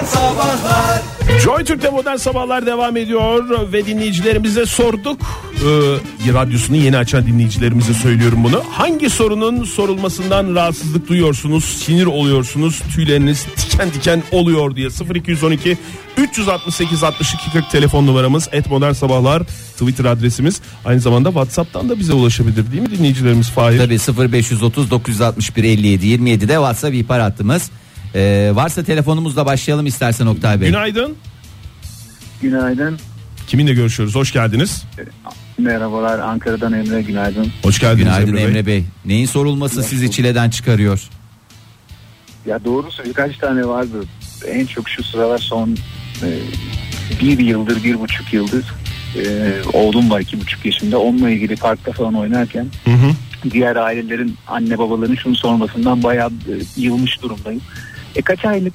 Sabahlar. Joy Türk'te Modern Sabahlar devam ediyor ve dinleyicilerimize sorduk. Radyosunu yeni açan dinleyicilerimize söylüyorum bunu. Hangi sorunun sorulmasından rahatsızlık duyuyorsunuz, sinir oluyorsunuz, tüyleriniz diken diken oluyor diye. 0212 368 62 40 telefon numaramız, @Modern Sabahlar Twitter adresimiz. Aynı zamanda WhatsApp'tan da bize ulaşabilir değil mi dinleyicilerimiz Fahir? Tabii 0530 961 57 27'de WhatsApp ihbar hattımız. Varsa telefonumuzla başlayalım istersen Oktay Bey. Günaydın. Günaydın. Kiminle görüşüyoruz? Hoş geldiniz. Merhabalar, Ankara'dan Emre, günaydın. Hoş geldiniz. Günaydın Emre Bey. Neyin sorulması sizi çileden çıkarıyor? Ya doğrusu birkaç tane vardı. En çok şu sıralar son bir yıldır, 1,5 yıldır oğlum var 2,5 yaşında. Onunla ilgili parkta falan oynarken diğer ailelerin, anne babaların şunu sormasından bayağı yılmış durumdayım. Kaç aylık?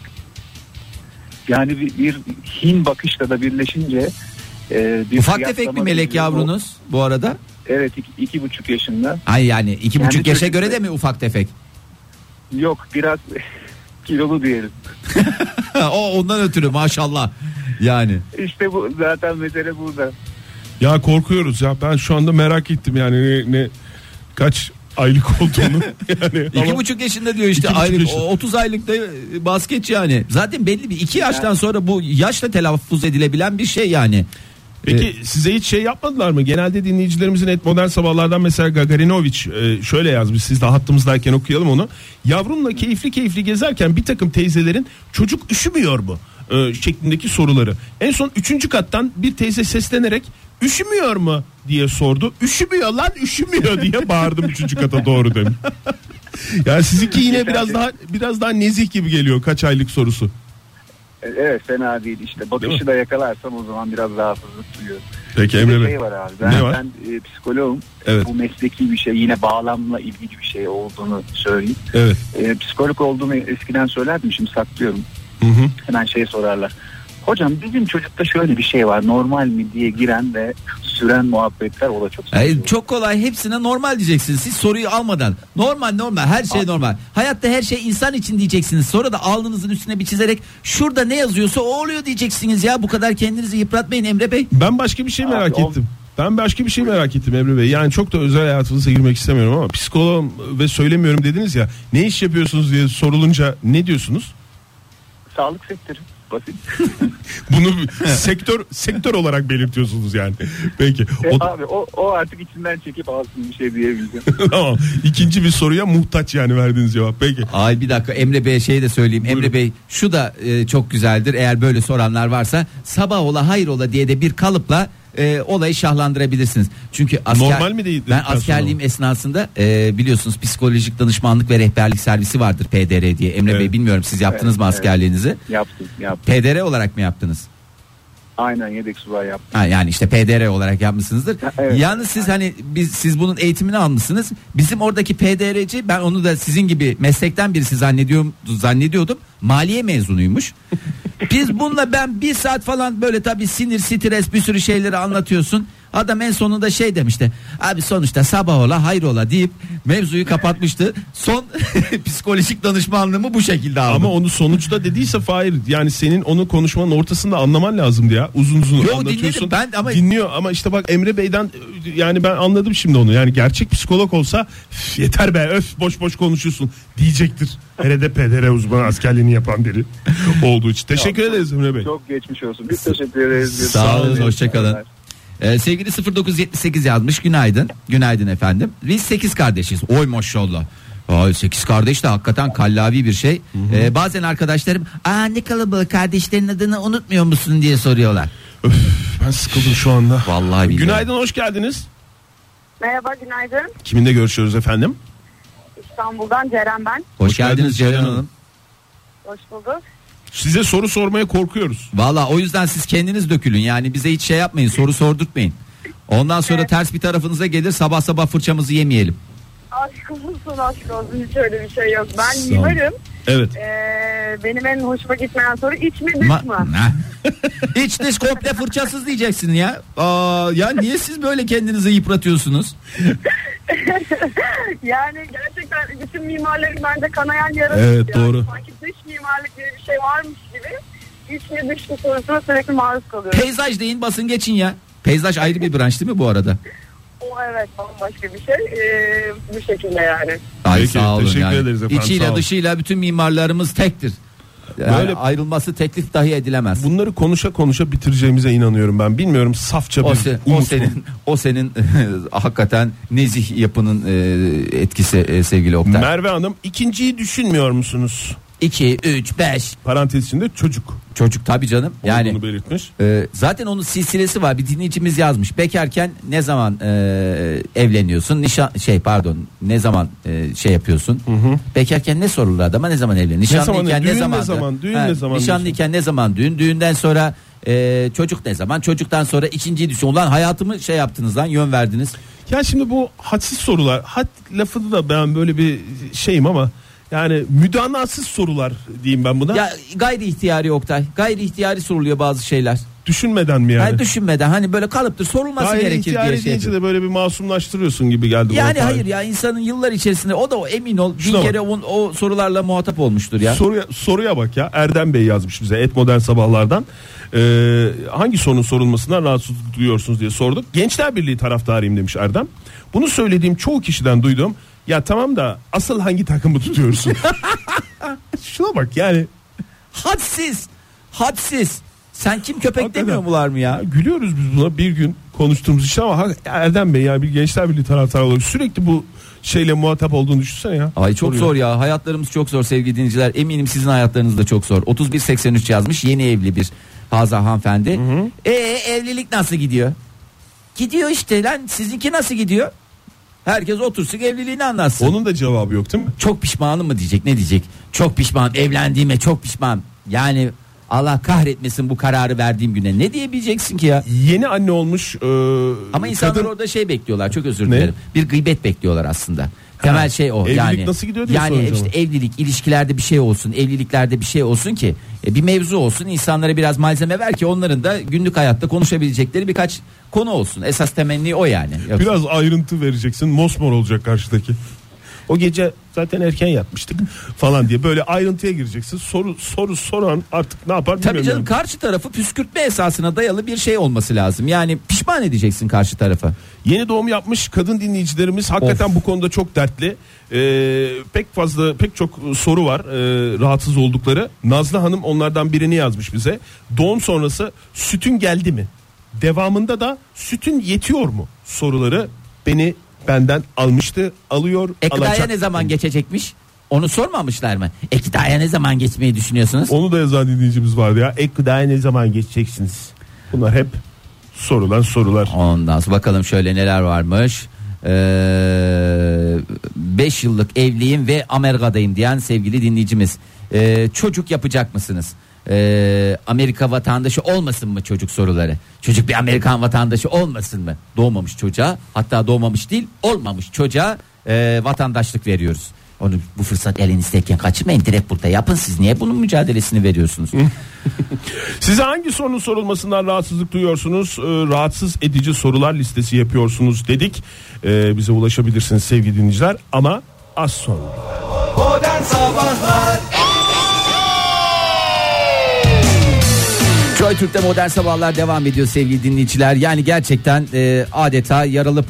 Yani bir Hin bakışla da birleşince ufak tefek bir melek yavrunuz bu arada? Evet, 2,5 yaşında. Ay yani 2,5 yaşa çocuk göre de mi ufak tefek? Yok, biraz kilolu diyelim. O ondan ötürü maşallah. Yani. İşte bu zaten mesele burada. Ya korkuyoruz ya, ben şu anda merak ettim yani ne kaç aylık olduğunu. Yani 2,5 yaşında diyor işte, 2,5 aylık, yaşında. 30 aylıkta basket yani. Zaten belli bir 2 yaştan sonra bu yaşla telaffuz edilebilen bir şey yani. Peki size hiç şey yapmadılar mı? Genelde dinleyicilerimizin Modern Sabahlardan mesela Gagarinovic şöyle yazmış, siz de hattımızdayken okuyalım onu. Yavrumla keyifli keyifli gezerken bir takım teyzelerin çocuk üşümüyor mu şeklindeki soruları. En son 3. kattan bir teyze seslenerek üşümüyor mu diye sordu. Üşümüyor lan, üşümüyor diye bağırdım 3. kata doğru dedim. Yani sizinki yine biraz daha nezih gibi geliyor, kaç aylık sorusu. Evet, fena değil işte. Bakışı da yakalarsam o zaman biraz rahatsızlık duyuyorum. Peki Emre Bey. Şey var abi. Ben psikoloğum. Evet. Bu mesleki bir şey, yine bağlamla ilgili bir şey olduğunu söyleyeyim. Evet. Psikolog olduğumu eskiden söylerdim, şimdi saklıyorum. Hemen sorarlar. Hocam bizim çocukta şöyle bir şey var, normal mi diye giren ve süren muhabbetler ola çok seviyorum. Çok kolay, hepsine normal diyeceksiniz. Siz soruyu almadan normal her şey normal. Hayatta her şey insan için diyeceksiniz. Sonra da alnınızın üstüne bir çizerek şurada ne yazıyorsa o oluyor diyeceksiniz ya. Bu kadar kendinizi yıpratmayın Emre Bey. Ben başka bir şey merak ettim. Emre Bey. Yani çok da özel hayatınıza girmek istemiyorum ama psikologum ve söylemiyorum dediniz ya. Ne iş yapıyorsunuz diye sorulunca ne diyorsunuz? Sağlık sektörü. Basit. Bunu sektör olarak belirtiyorsunuz yani. Peki. Abi o artık içinden çekip alsın, bir şey diyebileceğim. Tamam. İkinci bir soruya muhtaç yani verdiğiniz cevap. Peki. Ay bir dakika Emre Bey'e şey de söyleyeyim. Buyurun. Emre Bey şu da çok güzeldir. Eğer böyle soranlar varsa sabah ola hayır ola diye de bir kalıpla olayı şahlandırabilirsiniz. Çünkü normal mi değil? Ben askerliğim esnasında biliyorsunuz psikolojik danışmanlık ve rehberlik servisi vardır, PDR diye. Emre Bey, bilmiyorum siz yaptınız mı askerliğinizi? Evet. Yaptım. PDR olarak mı yaptınız? Aynen, yedek subay yaptım. Yani işte PDR olarak yapmışsınızdır. Evet. Yalnız siz siz bunun eğitimini almışsınız. Bizim oradaki PDR'ci, ben onu da sizin gibi meslekten birisi zannediyordum. Maliye mezunuymuş. Biz bununla ben 1 saat falan böyle tabii sinir, stres, bir sürü şeyleri anlatıyorsun. Adam en sonunda demişti. Abi sonuçta sabah ola hayır ola deyip mevzuyu kapatmıştı. Son psikolojik danışmanlığımı bu şekilde aldım. Ama onu sonuçta dediyse Fahir, yani senin onu konuşmanın ortasında anlaman lazımdı ya. Uzun anlatıyorsun. Dinliyor ama işte bak Emre Bey'den yani ben anladım şimdi onu. Yani gerçek psikolog olsa yeter be öf boş konuşuyorsun diyecektir. Hele de PDR uzmanı, askerliğini yapan biri olduğu için. Teşekkür ederiz Emre Bey. Çok geçmiş olsun. Biz teşekkür ederiz. Sağ olun, hoşçakalın. Sevgili 0978 yazmış, günaydın. Günaydın efendim. Biz 8 kardeşiz. Oy maşallah. 8 kardeş de hakikaten kallavi bir şey. Bazen arkadaşlarım ne kalabalık, kardeşlerin adını unutmuyor musun diye soruyorlar. Öf, ben sıkıldım şu anda. Vallahi billahi. Günaydın, hoş geldiniz. Merhaba, günaydın. Kiminle görüşüyoruz efendim? İstanbul'dan Ceren ben. Hoş geldiniz Ceren Hanım. Hoş bulduk. Size soru sormaya korkuyoruz. Valla o yüzden siz kendiniz dökülün. Yani bize hiç şey yapmayın, soru sordurtmayın. Ondan sonra ters bir tarafınıza gelir, sabah sabah fırçamızı yemeyelim. Aşk olsun, hiç öyle bir şey yok. Ben mimarım. Evet. Benim en hoşuma gitmeyen soru iç mi dış mı? İç dış komple fırçasız diyeceksin ya. Ya niye siz böyle kendinizi yıpratıyorsunuz? Yani gerçekten bütün mimarların bence kanayan yarası. Evet, doğru. Sanki dış mimarlık diye bir şey varmış gibi. güçlü güçlü sorusuna sürekli maruz kalıyorum. Peyzaj deyin, basın geçin ya. Peyzaj ayrı bir branş değil mi bu arada? O evet, bambaşka bir şey. Bu şekilde yani. Ay Peki, sağ olun teşekkür yani. ederiz efendim, sağ İçiyle olun. dışıyla bütün mimarlarımız tektir. Yani Böyle- ayrılması teklif dahi edilemez. Bunları konuşa konuşa bitireceğimize inanıyorum ben. Bilmiyorum, safça bir umut mu? O senin hakikaten nezih yapının etkisi sevgili Oktay. Merve Hanım, ikinciyi düşünmüyor musunuz? 2, 3, 5 Parantez içinde çocuk çocuk tabii canım. Yani olduğunu belirtmiş. zaten onun silsilesi var. Bir dinleyicimiz yazmış. Bekarken ne zaman evleniyorsun? Ne zaman şey yapıyorsun? Bekarken ne sorulur adama, ne zaman evlen? Nişanlıyken düğün ne zaman? Düğün ne zaman? Nişanlıyken ne zaman düğün? Düğünden sonra çocuk ne zaman? Çocuktan sonra ikinciyi düşün. Ulan hayatımı şey yaptınız lan, yön verdiniz. Ya şimdi bu hadsiz sorular. Had lafını da ben böyle bir şeyim ama yani müdanasız sorular diyeyim ben buna. Ya gayri ihtiyari Oktay. Gayri ihtiyari soruluyor bazı şeyler. Düşünmeden mi yani? Yani düşünmeden, hani böyle kalıptır, sorulması Gayri gerekir diye ihtiyari şey deyince yapıyor. de böyle bir masumlaştırıyorsun gibi geldi. Yani bana. hayır ya, insanın yıllar içerisinde o emin ol Şuna bin bak. kere o sorularla muhatap olmuştur ya. Soruya bak ya. Erdem Bey yazmış bize Modern Sabahlardan. Hangi sorunun sorulmasından rahatsız duyuyorsunuz diye sorduk. Gençler Birliği taraftarıyım demiş Erdem. Bunu söylediğim çoğu kişiden duydum. Ya tamam da asıl hangi takımı tutuyorsun? Şuna bak yani. Hadsiz. Sen kim köpek Hakikaten. demiyorlar mı ya? Gülüyoruz biz buna bir gün konuştuğumuz işte ama Erdem Bey ya bir Gençler Birliği taraftarı olarak sürekli bu şeyle muhatap olduğunu düşünsene ya. Ay çok zor ya, hayatlarımız çok zor sevgili dinleyiciler, eminim sizin hayatlarınız da çok zor. 3183 yazmış, yeni evli bir Hazar hanımefendi. Evlilik nasıl gidiyor? Gidiyor işte lan, sizinki nasıl gidiyor? Herkes otursun evliliğini anlatsın. Onun da cevabı yok değil mi? Çok pişmanım mı diyecek, ne diyecek? Çok pişman, evlendiğime çok pişman. Yani Allah kahretmesin bu kararı verdiğim güne, ne diyebileceksin ki ya? Yeni anne olmuş Ama insanlar kadın... orada şey bekliyorlar, çok özür Ne? dilerim. Bir gıybet bekliyorlar aslında. Temel şey o. Evlilik yani nasıl gidiyor diye yani soracağım. işte evlilik, ilişkilerde bir şey olsun, evliliklerde bir şey olsun ki bir mevzu olsun, insanlara biraz malzeme ver ki onların da günlük hayatta konuşabilecekleri birkaç konu olsun. Esas temenni o yani. Yoksa... Biraz ayrıntı vereceksin, mosmor olacak karşıdaki. O gece zaten erken yatmıştık falan diye böyle ayrıntıya gireceksin. Soru soran artık ne yapar bilmiyorum. Tabii canım, yani. karşı tarafı püskürtme esasına dayalı bir şey olması lazım. Yani pişman edeceksin karşı tarafı. Yeni doğum yapmış kadın dinleyicilerimiz hakikaten bu konuda çok dertli. Pek çok soru var rahatsız oldukları. Nazlı Hanım onlardan birini yazmış bize. Doğum sonrası sütün geldi mi? Devamında da sütün yetiyor mu? Soruları benden almıştı, alıyor, Gıdaya alacak. ne zaman geçecekmiş? Onu sormamışlar mı? Gıdaya ne zaman geçmeyi düşünüyorsunuz? Onu da yazan dinleyicimiz vardı ya. Gıdaya ne zaman geçeceksiniz? Bunlar hep sorulan sorular. Ondan sonra bakalım şöyle neler varmış. 5 yıllık evliyim ve Amerika'dayım diyen sevgili dinleyicimiz. Çocuk yapacak mısınız? Amerika vatandaşı olmasın mı çocuk soruları? Çocuk bir Amerikan vatandaşı olmasın mı? Doğmamış çocuğa, hatta doğmamış değil olmamış çocuğa vatandaşlık veriyoruz. Onu bu fırsat elinizdeyken kaçırmayın, direkt burada yapın. Siz niye bunun mücadelesini veriyorsunuz? Size hangi sorunun sorulmasından rahatsızlık duyuyorsunuz? Rahatsız edici sorular listesi yapıyorsunuz dedik. Bize ulaşabilirsiniz sevgili dinleyiciler ama az sonra. Modern Sabahlar. Joy Türk'te Modern Sabahlar devam ediyor sevgili dinleyiciler. Yani gerçekten adeta yaralı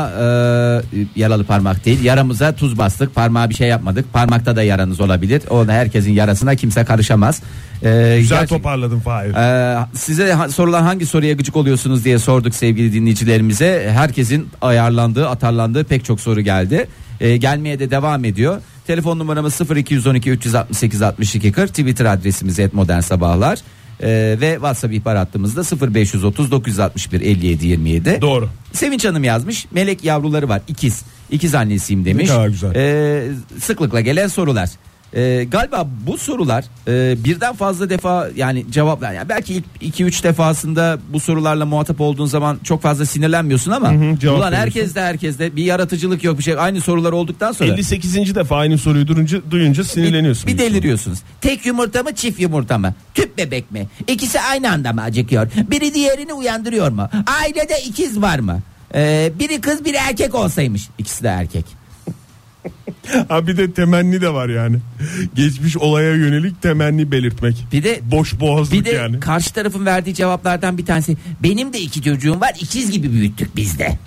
parmak değil, yaramıza tuz bastık, parmağa bir şey yapmadık. Parmakta da yaranız olabilir, o da herkesin yarasına kimse karışamaz. Güzel toparladın Fahir. Size sorulan hangi soruya gıcık oluyorsunuz diye sorduk sevgili dinleyicilerimize. Herkesin ayarlandığı, atarlandığı pek çok soru geldi. Gelmeye de devam ediyor. Telefon numaramız 0212 368 62 40, Twitter adresimiz @modernsabahlar. Ve WhatsApp ihbar hattımızda 0530 961 57 27. Doğru. Sevinç Hanım yazmış. Melek yavruları var, ikiz annesiyim demiş. Ne kadar güzel. Sıklıkla gelen sorular. Galiba bu sorular birden fazla defa yani cevaplar, yani belki ilk 2-3 defasında bu sorularla muhatap olduğun zaman çok fazla sinirlenmiyorsun ama cevap ulan veriyorsun. herkeste bir yaratıcılık yok, bir şey, aynı sorular olduktan sonra 58. defa aynı soruyu duyunca sinirleniyorsun. bir deliriyorsunuz. Tek yumurta mı, çift yumurta mı? Tüp bebek mi? İkisi aynı anda mı acıkıyor? Biri diğerini uyandırıyor mu? Ailede ikiz var mı? Biri kız biri erkek olsaymış. İkisi de erkek. Ha bir de temenni de var yani. Geçmiş olaya yönelik temenni belirtmek. Bir de boş boğazlık bir de yani. karşı tarafın verdiği cevaplardan bir tanesi, benim de 2 çocuğum var, ikiz gibi büyüttük biz de.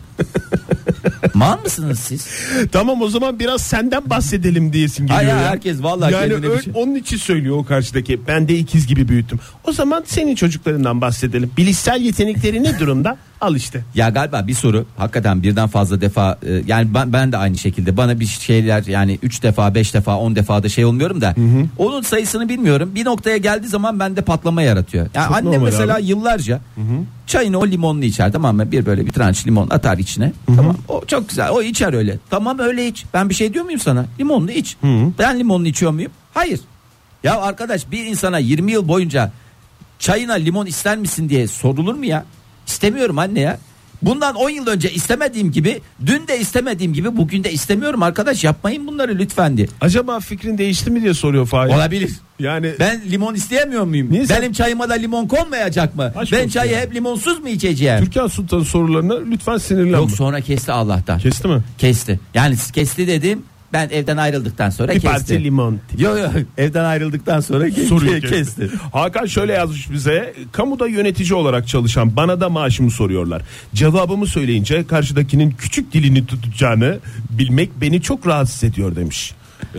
Mal mısınız siz? Tamam o zaman biraz senden bahsedelim diyesin geliyor. Hayır, ya. herkes vallahi yani kendine bir şey. onun için söylüyor o karşıdaki. Ben de ikiz gibi büyüttüm. O zaman senin çocuklarından bahsedelim. Bilişsel yetenekleri ne durumda? Al işte. Ya galiba bir soru hakikaten birden fazla defa yani ben de aynı şekilde bana bir şeyler yani 3 defa 5 defa 10 defa da şey olmuyorum da onun sayısını bilmiyorum. Bir noktaya geldiği zaman bende patlama yaratıyor. Yani Çok annem normal mesela abi. yıllarca çayını o limonlu içer, tamam mı? Bir böyle bir tranş limon atar içine. Tamam, o çok güzel, o içer öyle. Tamam öyle iç. Ben bir şey diyor muyum sana? Limonlu iç. Ben limonlu içiyor muyum? Hayır. Ya arkadaş, bir insana 20 yıl boyunca çayına limon ister misin diye sorulur mu ya? İstemiyorum anne ya. Bundan 10 yıl önce istemediğim gibi, dün de istemediğim gibi bugün de istemiyorum arkadaş, yapmayın bunları lütfen diye. Acaba fikrin değişti mi diye soruyor Fahir. Olabilir. Yani Ben limon isteyemiyor muyum? Niye sen- Benim çayıma da limon konmayacak mı? Aşk Ben olsun çayı ya. hep limonsuz mu içeceğim? Türkan Sultan sorularına lütfen sinirlenme. Yok, sonra kesti Allah'tan. Kesti mi? Kesti. Yani kesti dedim, ben evden ayrıldıktan sonra Bir kesti. parça limon. Yok evden ayrıldıktan sonra Soruyu kesti. kesti. Hakan şöyle yazmış bize. Kamuda yönetici olarak çalışan bana da maaşımı soruyorlar. Cevabımı söyleyince karşıdakinin küçük dilini tutacağını bilmek beni çok rahatsız ediyor demiş.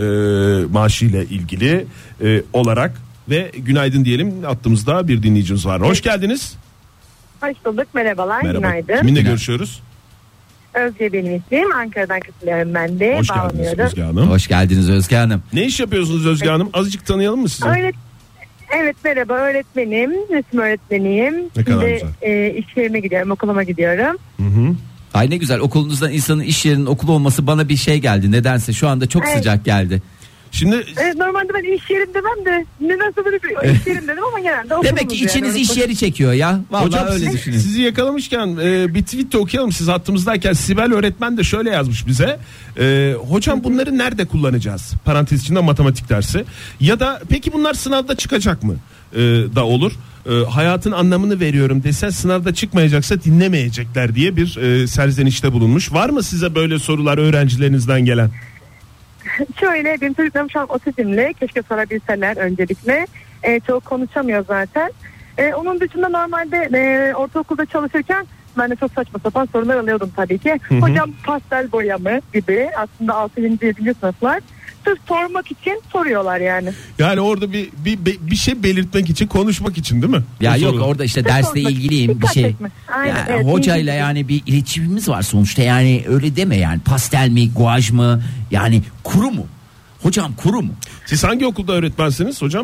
Maaşıyla ilgili olarak ve günaydın diyelim, attığımızda bir dinleyicimiz var. Hoş geldiniz. Hoş bulduk, merhabalar, Merhaba. günaydın. Kiminle görüşüyoruz? Özge benim ismim, Ankara'dan katılıyorum ben de. Hoş geldiniz Bağlanıyorum. Özge Hanım. Hoş geldiniz Özge Hanım. Ne iş yapıyorsunuz Özge Hanım? Azıcık tanıyalım mı sizi? Evet merhaba, öğretmenim, resim öğretmeniyim. Ne kadar Şimdi iş yerime gidiyorum, okuluma gidiyorum. Ay ne güzel, okulunuzdan insanın iş yerinin okulu olması bana bir şey geldi. Nedense şu anda çok Evet. sıcak geldi. Şimdi Evet, normalde ben iş yerim demem de nedense böyle bir iş yerim dedim ama genelde okulumuz. Demek ki içiniz yani. iş yeri çekiyor ya. Vallahi hocam öyle düşünün. sizi yakalamışken bir tweet de okuyalım, siz hattımızdayken. Sibel öğretmen de şöyle yazmış bize. Hocam bunları nerede kullanacağız? Parantez içinde matematik dersi. Ya da peki bunlar sınavda çıkacak mı? Da olur. Hayatın anlamını veriyorum desen sınavda çıkmayacaksa dinlemeyecekler diye bir serzenişte bulunmuş. Var mı size böyle sorular öğrencilerinizden gelen? Şöyle, benim çocuklarım şu an otizmli, keşke sorabilseler öncelikle. Çok konuşamıyor zaten. Onun dışında normalde ortaokulda çalışırken ben de çok saçma sapan sorular alıyordum tabii ki. Hocam pastel boya mı gibi, aslında 6. 7. sınıflar. Sırf sormak için soruyorlar yani. Yani orada bir şey belirtmek için, konuşmak için değil mi? Ya O yok sorular. orada işte dersle sormak, ilgiliyim bir dikkat şey. çekme. Aynen, Yani evet, hocayla iyi. yani bir iletişimimiz var sonuçta, yani öyle deme yani, pastel mi guaj mı, yani kuru mu? Hocam kuru mu? Siz hangi okulda öğretmensiniz hocam?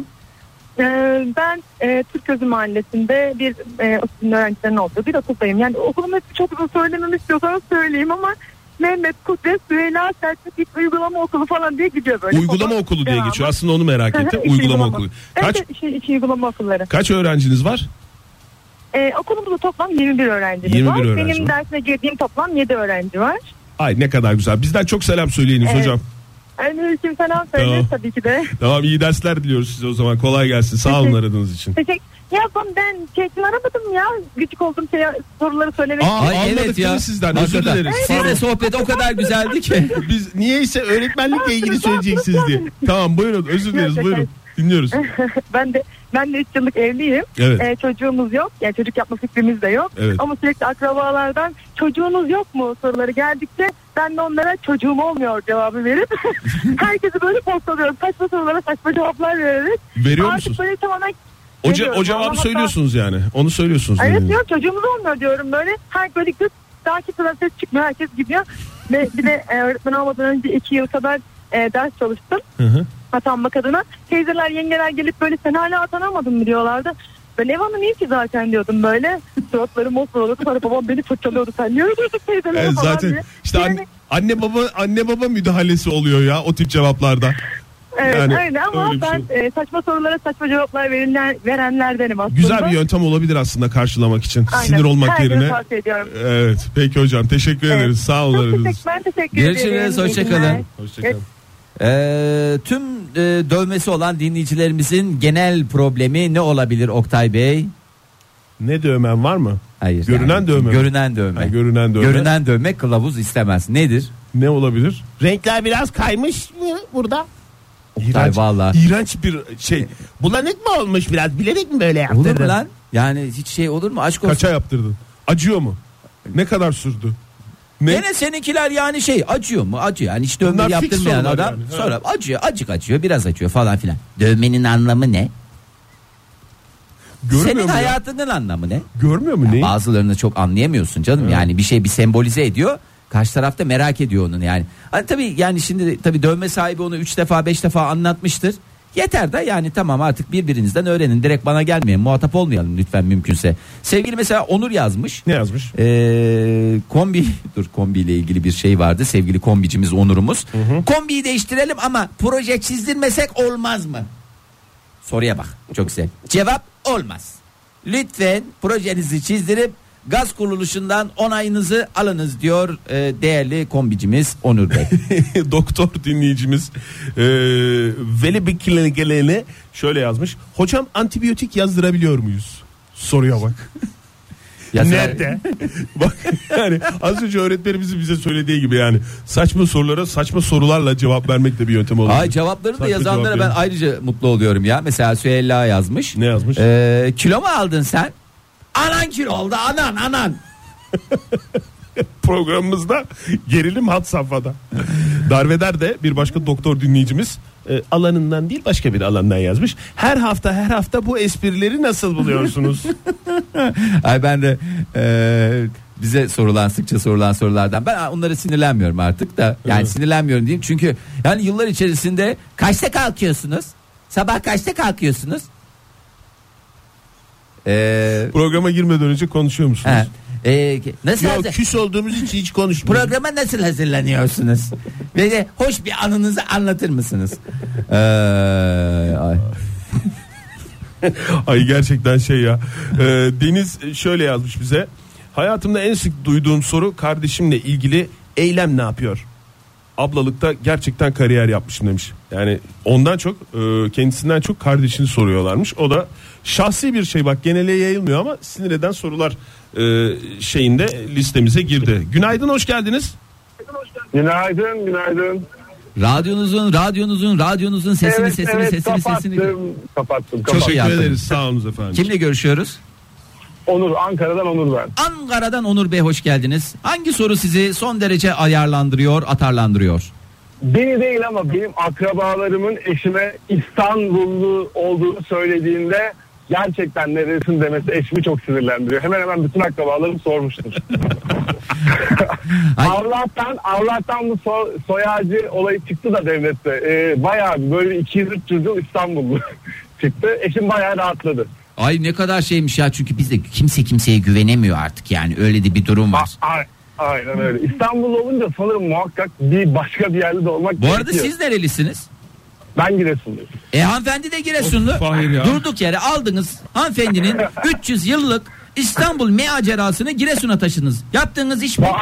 Ben Türközü Mahallesi'nde bir otizmli öğrencilerin olduğu bir okuldayım. Yani okulumu çok uzun söylememi istiyorsanız söyleyeyim ama Mehmet Kudret Süheyla Selçuk Uygulama Okulu falan diye gidiyor böyle. Uygulama Okul okulu diye devamı. geçiyor. Aslında onu merak ettim. İş Uygulama okulu. Kaç Evet, iş uygulama okulları. kaç öğrenciniz var? Okulumuzda toplam 21 öğrencimiz 21 var. öğrenci Benim var. dersine girdiğim toplam 7 öğrenci var. Ay ne kadar güzel. Bizden çok selam söyleyiniz Evet. hocam. Yani kim selam söyleriz Tamam. tabii ki de. Tamam, iyi dersler diliyoruz size o zaman. Kolay gelsin. Sağ olun aradığınız için. Ya ben çekim aramadım ya. Gıcık olduğum soruları söylemek için. Aa, Ay anladık evet değil ya. mi sizden? Özür Hakikaten. dileriz. Sizle sohbet o kadar güzeldi ki. Biz niyeyse öğretmenlikle ilgili söyleyeceksiniz diye. Tamam buyurun, özür dileriz, Yok, buyurun. Dinliyoruz. Ben de 3 yıllık evliyim. Evet. Çocuğumuz yok. Yani çocuk yapma fikrimiz de yok. Evet. Ama sürekli akrabalardan çocuğunuz yok mu soruları geldikçe ben de onlara çocuğum olmuyor cevabı verip herkesi böyle postalıyorum. Saçma sorulara saçma cevaplar vererek. Veriyor Artık musunuz? böyle tamamen O veriyorum. cevabı Ama söylüyorsunuz yani. Onu söylüyorsunuz. Evet dediğiniz. diyorum, çocuğumuz olmuyor diyorum böyle. Her böyle kız takipten ses çıkmıyor, herkes gidiyor. Ve bir de öğretmen olmadan önce 2 yıl kadar ders çalıştım. Hı. Atanmak adına. Teyzeler, yengeler gelip böyle sen hala atanamadın mı diyorlardı. Ben ev hanımıyım ki zaten diyordum böyle. Suratları mosmor olurdu. Sonra babam beni fırçalıyordu. Sen niye öldürdün teyzeleri falan Zaten diye. işte Yani, anne baba müdahalesi oluyor ya o tip cevaplarda. evet, yani öyle ama öyle bir ben saçma sorulara saçma cevaplar verenlerdenim aslında. Güzel bir yöntem olabilir aslında karşılamak için. Aynen. Sinir olmak Herkese yerine. tavsiye ediyorum. Evet. Peki hocam, teşekkür Evet. ederiz. Sağ olun. Ben teşekkür ederim. Görüşürüz, İyi hoşça günler. kalın. Hoşçakalın. Tüm dövmesi olan dinleyicilerimizin genel problemi ne olabilir Oktay Bey? Ne dövmen var mı? Hayır. Görünen dövme mi? Görünen dövme. Ha, görünen dövme. Görünen dövme kılavuz istemez. Nedir? Ne olabilir? Renkler biraz kaymış mı burada? İğrenç, vallahi. iğrenç bir şey. Bulanık mı olmuş biraz? Bilerek mi böyle Olur yaptırdın? mu lan? Yani hiç şey olur mu? Aşk olsun. Kaça yaptırdın? Acıyor mu? Ne kadar sürdü? Ne? Gene seninkiler yani şey acıyor mu? Acıyor. Yani hiç dövme Bunlar fix yaptırmayan sorular adam yani. sonra acıyor, acık acıyor, biraz acıyor falan filan. Dövmenin anlamı ne? Görmüyor Senin mu ya? hayatının anlamı ne? Görmüyor mu neyi? Bazılarını çok anlayamıyorsun canım. Yani bir şey bir sembolize ediyor. Karşı tarafta merak ediyor onun yani. Hani tabii yani şimdi tabii dövme sahibi onu 3 defa 5 defa anlatmıştır. Yeter de yani tamam artık birbirinizden öğrenin. Direkt bana gelmeyin. Muhatap olmayalım lütfen mümkünse. Sevgili mesela Onur yazmış. Ne yazmış? Kombiyle ilgili bir şey vardı. Sevgili kombicimiz Onur'umuz. Kombiyi değiştirelim ama proje çizdirmesek olmaz mı? Soruya bak. Çok güzel. Cevap olmaz. Lütfen projenizi çizdirip gaz kuruluşundan onayınızı alınız diyor değerli kombicimiz Onur Bey. Doktor dinleyicimiz Veli Bikirlen'e şöyle yazmış. Hocam antibiyotik yazdırabiliyor muyuz? Soruya bak. Nerede? Bak yani az önce öğretmenimizin bize söylediği gibi yani saçma sorulara saçma sorularla cevap vermek de bir yöntem olur. Ay cevapları da Saçma yazanlara cevap ben verin. ayrıca mutlu oluyorum ya. Mesela Süheyla yazmış. Ne yazmış? Kilo mu aldın sen? Anan kilo oldu anan. Programımızda gerilim had safhada. Darveder de bir başka doktor dinleyicimiz alanından değil başka bir alandan yazmış. Her hafta bu esprileri nasıl buluyorsunuz? Ay ben de bize sıkça sorulan sorulardan ben onlara sinirlenmiyorum artık da. Yani sinirlenmiyorum diyeyim çünkü yani yıllar içerisinde kaçta kalkıyorsunuz? Sabah kaçta kalkıyorsunuz? Programa girmeden önce konuşuyor musunuz? Nasıl Yok küs olduğumuz için hiç konuşmuyoruz. programa nasıl hazırlanıyorsunuz? Ve de hoş bir anınızı anlatır mısınız? Ay. Ay gerçekten şey ya. Deniz şöyle yazmış bize. Hayatımda en sık duyduğum soru kardeşimle ilgili eylem ne yapıyor? Ablalıkta gerçekten kariyer yapmışım demiş. Yani ondan çok kendisinden çok kardeşini soruyorlarmış. O da şahsi bir şey bak genele yayılmıyor ama sinir eden sorular şeyinde listemize girdi. Günaydın hoş geldiniz. Günaydın. Radyonuzun sesini. Kapattım. Çok iyi Teşekkür yaptınız. ederiz sağ olun efendim. Kimle görüşüyoruz? Onur, Ankara'dan Onur ben. Ankara'dan Onur Bey hoş geldiniz. Hangi soru sizi son derece atarlandırıyor? Beni değil ama benim akrabalarımın eşime İstanbullu olduğunu söylediğinde gerçekten neresin demesi eşimi çok sinirlendiriyor. Hemen hemen bütün akrabalarım sormuştur. Allah'tan bu soy ağacı olayı çıktı da devlette. Bayağı böyle 200-300 yıl İstanbullu çıktı. Eşim bayağı rahatladı. Ay ne kadar şeymiş ya çünkü bizde kimse kimseye güvenemiyor artık yani öyle de bir durum var. Aynen öyle. İstanbul olunca sanırım muhakkak bir başka bir yerde de olmak Bu arada gerekiyor. siz nerelisiniz? Ben Giresunluyum. Hanımefendi de Giresunlu. Fahir ya. Durduk yere aldınız hanımefendinin 300 yıllık İstanbul macerasını Giresun'a taşıdınız. Yaptığınız iş bu.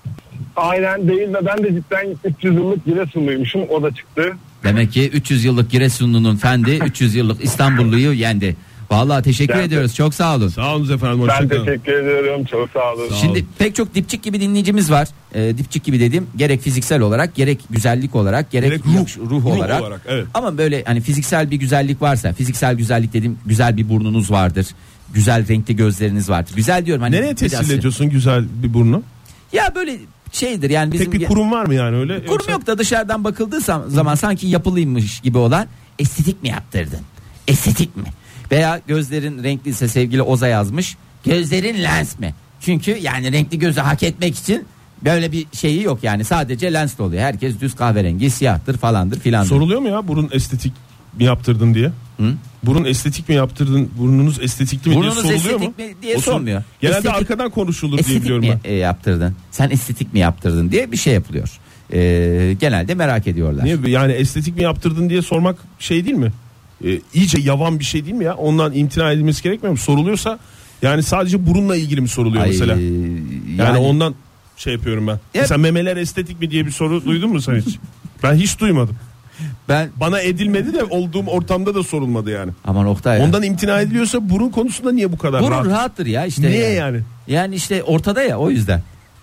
Aynen değil ve ben de cidden 300 yıllık Giresunluymuşum, o da çıktı. Demek ki 300 yıllık Giresunlu'nun fendi 300 yıllık İstanbulluyu yendi. Vallahi teşekkür ediyoruz. Çok sağ olun. Sağ olun efendim. Ben Hoşçakalın. teşekkür ediyorum, çok sağ olun. Şimdi pek çok dipçik gibi dinleyicimiz var. Dipçik gibi dediğim gerek fiziksel olarak gerek güzellik olarak gerek ruh olarak. Evet. Ama böyle hani fiziksel bir güzellik varsa fiziksel güzellik dediğim güzel bir burnunuz vardır. Güzel renkli gözleriniz vardır. Güzel diyorum hani. Nereye teslim ediyorsun güzel bir burnu? Ya böyle şeydir yani bizim. Tek bir kurum var mı yani öyle? Kurum Yoksa... yok da dışarıdan bakıldığı zaman sanki yapılıymış gibi olan estetik mi yaptırdın? Estetik mi? Veya gözlerin renkliyse sevgili Oza yazmış. Gözlerin lens mi? Çünkü yani renkli gözü hak etmek için böyle bir şeyi yok yani sadece lensli oluyor. Herkes düz kahverengi siyahtır falandır filandır. Soruluyor mu ya burun estetik mi yaptırdın diye? Hı? Burun estetik mi yaptırdın? Burnunuz estetikli mi Burnunuz diye soruluyor estetik mu? mi diye sormuyor. Genelde Estetik- arkadan konuşulur diye Estetik biliyorum mi ben. yaptırdın? Sen estetik mi yaptırdın diye bir şey yapılıyor. Genelde merak ediyorlar. Niye yani estetik mi yaptırdın diye sormak şey değil mi? İyice yavan bir şey değil mi ya? Ondan imtina edilmesi gerekmiyor mu? Soruluyorsa yani sadece burunla ilgili mi soruluyor Ay, mesela? Yani ondan şey yapıyorum ben. Evet. Mesela memeler estetik mi diye bir soru duydun mu sen hiç? Ben hiç duymadım. Ben Bana edilmedi de olduğum ortamda da sorulmadı yani. aman Oktay ya. Ondan imtina ediliyorsa burun konusunda niye bu kadar Burun rahat? rahattır ya işte. Niye yani? Yani işte ortada ya o yüzden.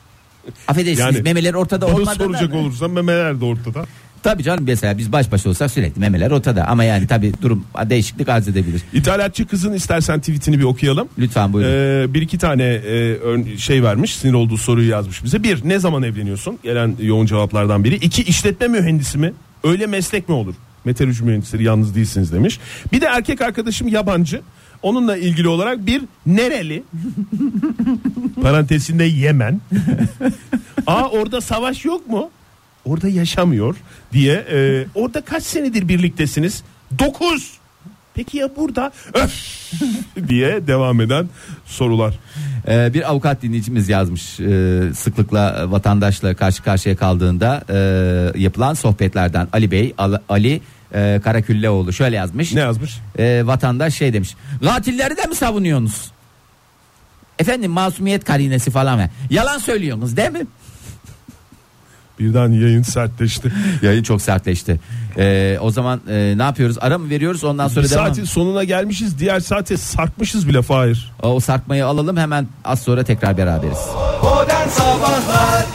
Affedersiniz, memeler ortada Onu olmadan soracak da- olursan memeler de ortada. Tabii canım, mesela biz baş başa olsak sürekli memeler ortada ama yani tabii durum değişiklik arz edebilir. İthalatçı kızın istersen tweetini bir okuyalım. Lütfen buyurun. Bir iki tane şey vermiş, sinir olduğu soruyu yazmış bize. Bir, ne zaman evleniyorsun? Gelen yoğun cevaplardan biri. İki, işletme mühendisi mi? Öyle meslek mi olur? Meteoroloji mühendisleri yalnız değilsiniz demiş. Bir de erkek arkadaşım yabancı. Onunla ilgili olarak bir, nereli? Parantezinde Yemen. Orada savaş yok mu? Orada yaşamıyor diye. Orada kaç senedir birliktesiniz? 9. Peki ya burada? Öf! diye devam eden sorular. Bir avukat dinleyicimiz yazmış, sıklıkla vatandaşla karşı karşıya kaldığında yapılan sohbetlerden Ali Karakülleoğlu şöyle yazmış. Ne yazmış? Vatandaş şey demiş: katilleri de mi savunuyorsunuz? Efendim, masumiyet karinesi falan mı? Yalan söylüyorsunuz değil mi? Birden yayın sertleşti. Yayın çok sertleşti. O zaman ne yapıyoruz? Ara mı veriyoruz, ondan sonra Bir devam? saatin sonuna gelmişiz. Diğer saate sarkmışız bile Fahir. O sarkmayı alalım, hemen az sonra tekrar beraberiz. Modern Sabahlar.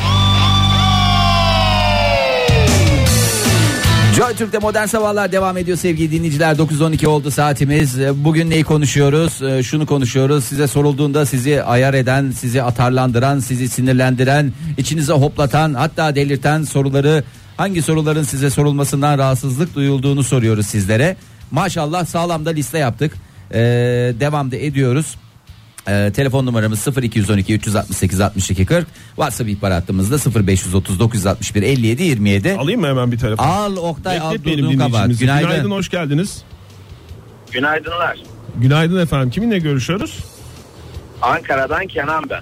Joy Türk'te Modern Sabahlar devam ediyor sevgili dinleyiciler. 9.12 oldu saatimiz. Bugün neyi konuşuyoruz? Şunu konuşuyoruz. Size sorulduğunda sizi ayar eden, sizi atarlandıran, sizi sinirlendiren, içinize hoplatan, hatta delirten soruları, hangi soruların size sorulmasından rahatsızlık duyulduğunu soruyoruz sizlere. Maşallah sağlam da liste yaptık. Devam da ediyoruz. Telefon numaramız 0212 368 62 40. WhatsApp ihbar hattımızda 0530 961 57 27. Alayım mı hemen bir telefon? Al Oktay, al Bekletmeyelim durduğun kabahat. dinleyicimizi. Günaydın. Günaydın, hoş geldiniz. Günaydınlar. Günaydın efendim. Kiminle görüşüyoruz? Ankara'dan Kenan ben.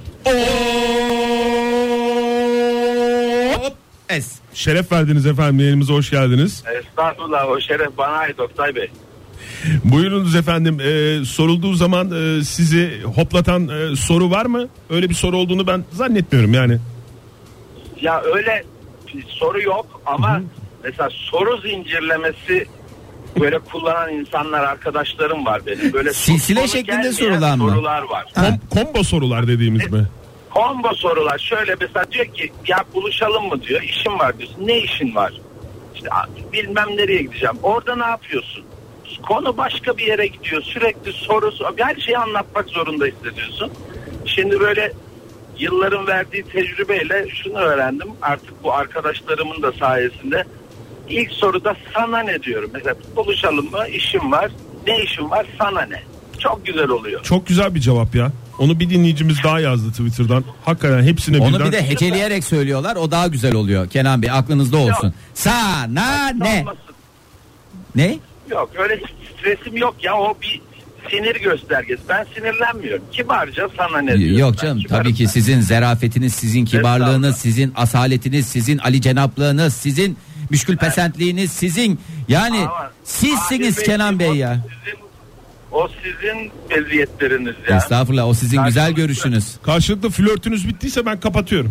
Es. Şeref verdiniz efendim. Yayınımıza hoş geldiniz. Estağfurullah, o şeref bana ait Oktay Bey. Buyurunuz efendim. Sorulduğu zaman sizi hoplatan soru var mı? Öyle bir soru olduğunu ben zannetmiyorum yani. Ya öyle bir soru yok ama mesela soru zincirlemesi böyle kullanan insanlar, arkadaşlarım var benim. Böyle Silsile sonu şeklinde gelmeyen sorulan mı? sorular var. Combo sorular dediğimiz mi? Combo sorular. Şöyle mesela diyor ki ya buluşalım mı diyor. İşim var diyorsun. Ne işin var? İşte bilmem nereye gideceğim. Orada ne yapıyorsun? Konu başka bir yere gidiyor. Sürekli soru, her şeyi anlatmak zorunda hissediyorsun. Şimdi böyle yılların verdiği tecrübeyle şunu öğrendim. Artık bu arkadaşlarımın da sayesinde ilk soruda sana ne diyorum. Mesela buluşalım mı? İşim var. Ne işin var? Sana ne? Çok güzel oluyor. Çok güzel bir cevap ya. Onu bir dinleyicimiz daha yazdı Twitter'dan. Hakikaten hepsine Onu birden. bir de heceleyerek söylüyorlar, o daha güzel oluyor. Kenan Bey, aklınızda olsun. Yok. Sana ne? Olmasın. Ne? Yok, öyle stresim yok ya, o bir sinir göstergesi. Ben sinirlenmiyorum. Kibarca sana ne diyorum. Yok Ben canım, kibarım. tabii ki sizin zarafetiniz, sizin kibarlığınız, Estağfurullah. sizin asaletiniz, sizin Ali Cenaplığınız, sizin müşkül pesentliğiniz, sizin yani Ama sizsiniz Fahir Kenan Bey o ya. O sizin eziyetleriniz ya. Estağfurullah, o sizin güzel Karşılıklı. görüşünüz. Karşılıklı flörtünüz bittiyse ben kapatıyorum.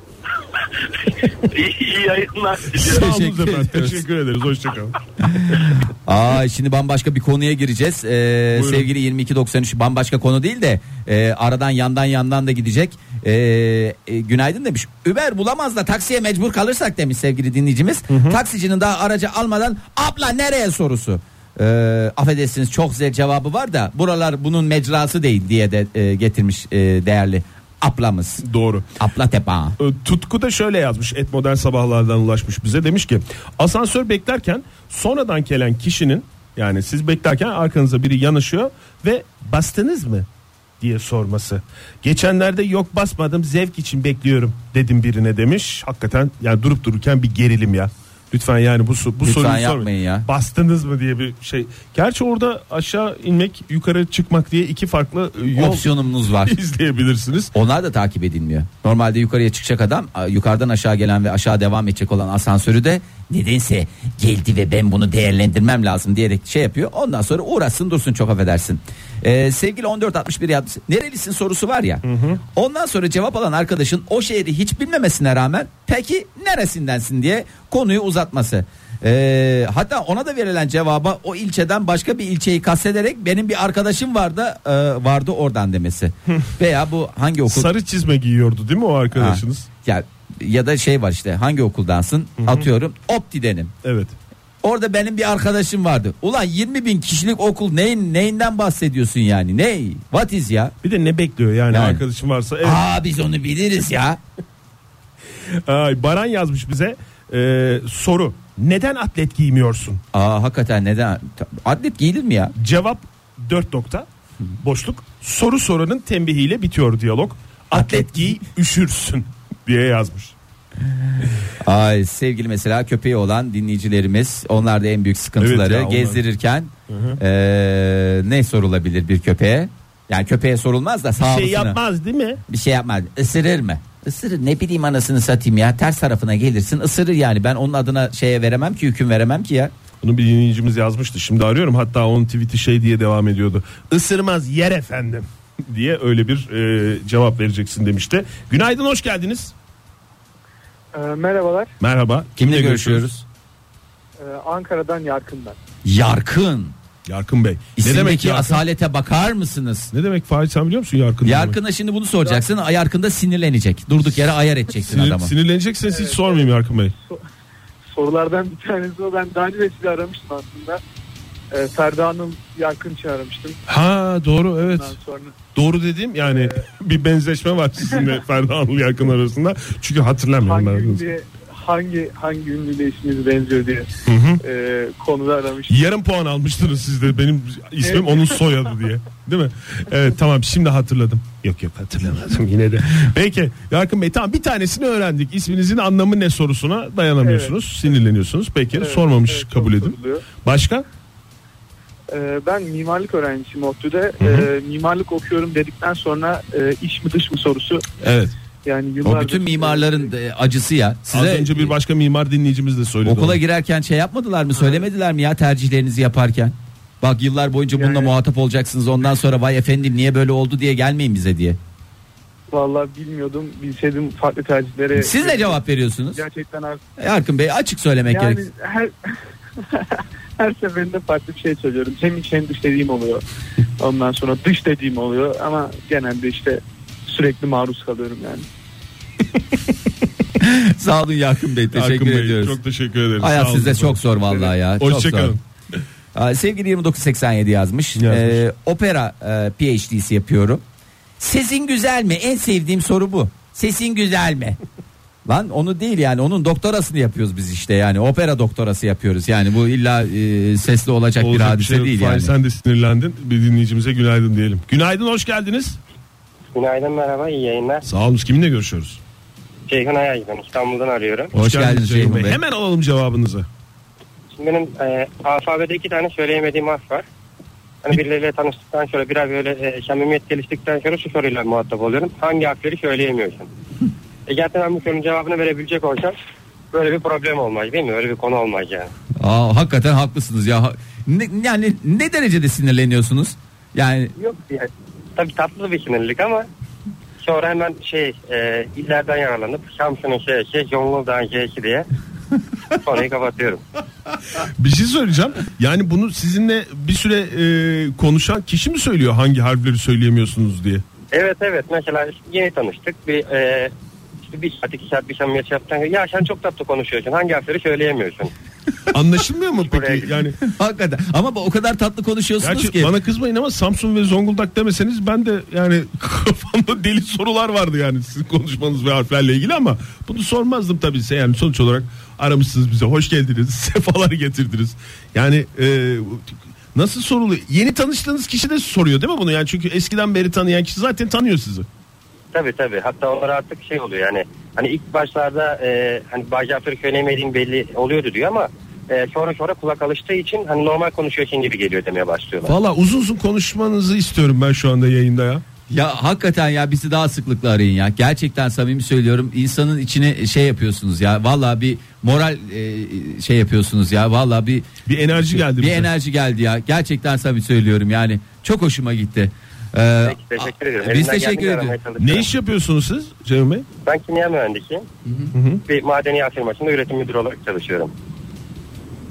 İyi yayınlar Sağ diliyorum. olun Teşekkür efendim. ediyoruz. Teşekkür ederiz. Hoşçakalın. Şimdi bambaşka bir konuya gireceğiz. Sevgili 2293, bambaşka konu değil de aradan yandan da gidecek. Günaydın demiş. Uber bulamaz da taksiye mecbur kalırsak demiş sevgili dinleyicimiz. Taksicinin daha aracı almadan abla nereye sorusu. Affedersiniz, çok güzel cevabı var da buralar bunun mecrası değil diye de getirmiş değerli ablamız. Doğru. Abla tepa. Tutku da şöyle yazmış. Modern Sabahlardan ulaşmış bize. Demiş ki asansör beklerken sonradan gelen kişinin, yani siz beklerken arkanıza biri yanaşıyor ve bastınız mı diye sorması. Geçenlerde yok basmadım, zevk için bekliyorum dedim birine demiş. Hakikaten yani durup dururken bir gerilim ya. Lütfen yani bu soruyu yapmayın sormayın. ya. Bastınız mı diye bir şey. Gerçi orada aşağı inmek, yukarı çıkmak diye iki farklı yol Opsiyonumuz var. izleyebilirsiniz. Onlar da takip edilmiyor. Normalde yukarıya çıkacak adam, yukarıdan aşağı gelen ve aşağı devam edecek olan asansörü de nedense geldi ve ben bunu değerlendirmem lazım diyerek şey yapıyor. Ondan sonra uğraşsın dursun, çok affedersin. Sevgili 1461 yapmış. Nerelisin sorusu var ya. Ondan sonra cevap alan arkadaşın o şehri hiç bilmemesine rağmen peki neresindensin diye konuyu uzatması. Hatta ona da verilen cevaba o ilçeden başka bir ilçeyi kastederek benim bir arkadaşım vardı oradan demesi. Veya bu hangi okul? Sarı çizme giyiyordu değil mi o arkadaşınız? Ya da şey var işte, hangi okuldansın? Atıyorum Opti'denim. Evet. Orada benim bir arkadaşım vardı. Ulan 20.000 kişilik okul neyinden bahsediyorsun yani? What is ya? Bir de ne bekliyor yani arkadaşım varsa. Evet. Biz onu biliriz ya. Baran yazmış bize soru. Neden atlet giymiyorsun? Hakikaten neden? Atlet giyilir mi ya? Cevap 4 nokta. Boşluk. Soru soranın tembihiyle bitiyor diyalog. Atlet giy üşürsün diye yazmış. Sevgili mesela köpeği olan dinleyicilerimiz, onlar da en büyük sıkıntıları evet ya, gezdirirken ne sorulabilir bir köpeğe? Yani köpeğe sorulmaz da sağlısına. Bir şey yapmaz değil mi? Bir şey yapmaz. Isırır mı? Isırır, ne bileyim anasını satayım ya, ters tarafına gelirsin ısırır yani. Ben onun adına veremem ki, hüküm veremem ki ya. Bunu bir dinleyicimiz yazmıştı, şimdi arıyorum, hatta onun tweet'i diye devam ediyordu. Isırmaz yer efendim diye öyle bir cevap vereceksin demişti. Günaydın, hoş geldiniz. Merhabalar. Merhaba. Kimle görüşüyoruz? Ankara'dan Yarkın ben. Yarkın Bey. İsimdeki asalete bakar mısınız? Ne demek Fahri, sen biliyor musun Yarkın? Yarkın'a şimdi bunu soracaksın. Yarkın da sinirlenecek. Durduk yere ayar edeceksin adamı. Sinirlenecekseniz hiç sormayayım Yarkın Bey. Sorulardan bir tanesi o. Ben daha önce sizi aramıştım aslında. Ferda Hanım Yarkın için aramıştım. Doğru, evet. Sonra... Doğru dediğim yani bir benzeşme var sizinle Ferda Hanım Yarkın arasında. Çünkü hatırlamıyorum. Hangi ünlüyle isminiz benziyor diye konuda aramıştım. Yarım puan almıştınız siz de, benim ismim onun soyadı diye. Değil mi? Evet, tamam, şimdi hatırladım. Yok hatırlamadım yine de. Peki Yarkın Bey, tamam, bir tanesini öğrendik. İsminizin anlamı ne sorusuna dayanamıyorsunuz. Evet. Sinirleniyorsunuz. Peki sormamış kabul edin. Soruluyor. Başka? Ben mimarlık öğrencisiyim ODTÜ'de. Mimarlık okuyorum dedikten sonra iç mi dış mı sorusu. Evet. Yani yıllardır... O bütün mimarların acısı ya. Size az önce bir başka mimar dinleyicimiz de söyledi. Okula girerken yapmadılar mı? Söylemediler mi ya tercihlerinizi yaparken? Bak yıllar boyunca bununla muhatap olacaksınız. Ondan sonra vay efendim niye böyle oldu diye gelmeyin bize diye. Vallahi bilmiyordum. Bilseydim farklı tercihlere... Siz ne cevap veriyorsunuz? Gerçekten Yarkın Bey, açık söylemek gerek. Her seferinde farklı bir şey söylüyorum. Hem iç hem dış dediğim oluyor. Ondan sonra dış dediğim oluyor. Ama genelde sürekli maruz kalıyorum yani. Sağ olun Yarkın Bey, teşekkür ediyoruz. Çok teşekkür ederiz. Hayat sizde çok zor vallahi ya. Hoşçakalın. Sevgili 2987 yazmış. Opera PhD'si yapıyorum. Sesin güzel mi? En sevdiğim soru bu. Sesin güzel mi? Lan onu değil yani, onun doktorasını yapıyoruz biz işte, yani opera doktorası yapıyoruz. Yani bu illa sesli olacak bir hadise değil yani. Sen de sinirlendin. Bir dinleyicimize günaydın diyelim. Günaydın, hoş geldiniz. Günaydın, merhaba, iyi yayınlar. Sağ olun, kiminle görüşüyoruz? Ceyhun Ayay, ben İstanbul'dan arıyorum. Hoş geldiniz Ceyhun Bey. Hemen alalım cevabınızı. Şimdi benim alfabede 2 tane söyleyemediğim harf var. Hani birileriyle tanıştıktan sonra biraz böyle samimiyet geliştikten sonra şu soruyla muhatap oluyorum. Hangi harfleri söyleyemiyorsun? Gerçekten ben bu sorunun cevabını verebilecek olsam böyle bir problem olmaz değil mi? Öyle bir konu olmaz yani. Hakikaten haklısınız ya. Yani ne derecede sinirleniyorsunuz? Yani yok yani. Tabii tatlı bir sinirlik ama sonra hemen illerden yararlanıp Samsun'un Zonguldak'ın diye konuyu kapatıyorum. Bir şey söyleyeceğim. Yani bunu sizinle bir süre konuşan kişi mi söylüyor hangi harfleri söyleyemiyorsunuz diye? Evet. Mesela yeni tanıştık. Bir saat 2 saat bir samimiyet yaptıktan sonra ya sen çok tatlı konuşuyorsun. Hangi harfleri söyleyemiyorsun? Anlaşılmıyor mu peki? Yani hakikaten. Ama o kadar tatlı konuşuyorsunuz gerçi ki. Bana kızmayın ama Samsun ve Zonguldak demeseniz ben de yani kafamda deli sorular vardı yani sizin konuşmanız ve harflerle ilgili, ama bunu sormazdım tabii size. Yani sonuç olarak aramışsınız bize, hoş geldiniz, sefalar getirdiniz. Yani nasıl soruluyor? Yeni tanıştığınız kişi de soruyor değil mi bunu? Yani çünkü eskiden beri tanıyan kişi zaten tanıyor sizi. Tabii. Hatta onlar artık oluyor yani. Hani ilk başlarda hani bazı harfleri söyleyemediğim belli oluyordu diyor ama sonra kulak alıştığı için hani normal konuşuyorsun gibi geliyor demeye başlıyorlar. Valla uzun konuşmanızı istiyorum ben şu anda yayında ya. Ya hakikaten ya, bizi daha sıklıkla arayın ya. Gerçekten samimi söylüyorum. İnsanın içine yapıyorsunuz ya. Valla bir moral yapıyorsunuz ya. Valla bir enerji geldi bize. Bir enerji geldi ya. Gerçekten samimi söylüyorum yani. Çok hoşuma gitti. Peki, teşekkür ederim. Biz teşekkür ediyoruz. Ne iş yapıyorsunuz siz Ceyhun Bey? Ben kimya mühendisiyim. Bir madeni yağ firmasında üretim müdürü olarak çalışıyorum.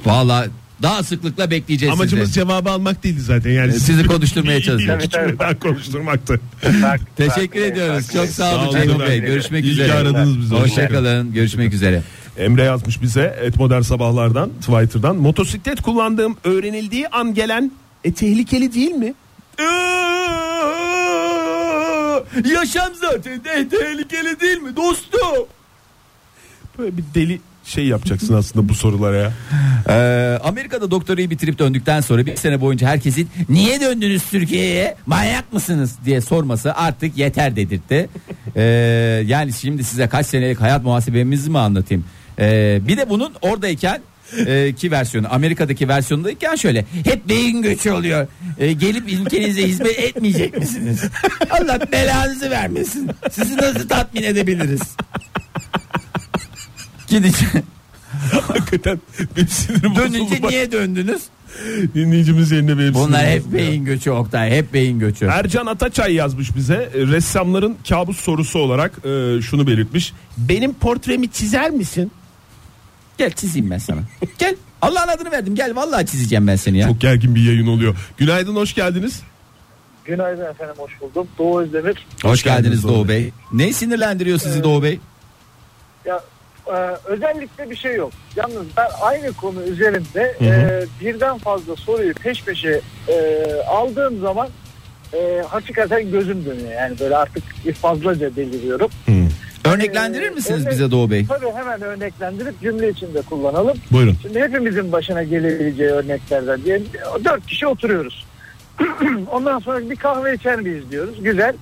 Vallahi daha sıklıkla bekleyeceğiz Amacımız sizi. cevabı almak değildi zaten. Yani Sizi konuşturmaya çalışıyoruz. Daha konuşturmaktı. Teşekkür ediyoruz. Çok sağ olun Ceyhun Bey. Görüşmek İyi üzere. ki aradınız bizi. Hoşçakalın. Görüşmek üzere. Emre yazmış bize Modern Sabahlardan, Twitter'dan. Motosiklet kullandığım öğrenildiği an gelen tehlikeli değil mi? Yaşam zaten tehlikeli değil mi dostum? Böyle bir deli şey yapacaksın aslında bu sorulara ya. Amerika'da doktorayı bitirip döndükten sonra bir sene boyunca herkesin niye döndünüz Türkiye'ye, manyak mısınız diye sorması artık yeter dedirtti. Yani şimdi size kaç senelik hayat muhasebemizi mi anlatayım? Bir de bunun oradayken ki versiyonu, Amerika'daki versiyonundayken şöyle: hep beyin göçü oluyor. Gelip ülkenize hizmet etmeyecek misiniz? Allah belanızı vermesin. Sizi nasıl tatmin edebiliriz? Gideceğim. Hakikaten benim sinirim Dönünce bozuldu. niye döndünüz? Dinleyicimiz yerine benim Bunlar sinirim hep bozuldu ya. beyin göçü Oktay, hep beyin göçü. Ercan Ataçay yazmış bize. Ressamların kabus sorusu olarak şunu belirtmiş. Benim portremi çizer misin? Gel çizeyim ben sana. Gel. Allah'ın adını verdim. Gel vallahi çizeceğim ben seni ya. Çok gergin bir yayın oluyor. Günaydın, hoş geldiniz. Günaydın efendim, hoş buldum. Doğu Özdemir. Hoş geldiniz Doğu Bey. Ne sinirlendiriyor sizi Doğu Bey? Ya özellikle bir şey yok. Yalnız ben aynı konu üzerinde birden fazla soruyu peş peşe aldığım zaman hakikaten gözüm dönüyor. Yani böyle artık fazlaca deliriyorum. Örneklendirir misiniz bize Doğu Bey? Tabii, hemen örneklendirip cümle içinde kullanalım. Buyurun. Şimdi hepimizin başına gelebileceği örneklerden diyelim. 4 kişi oturuyoruz. Ondan sonra bir kahve içer miyiz diyoruz. Güzel.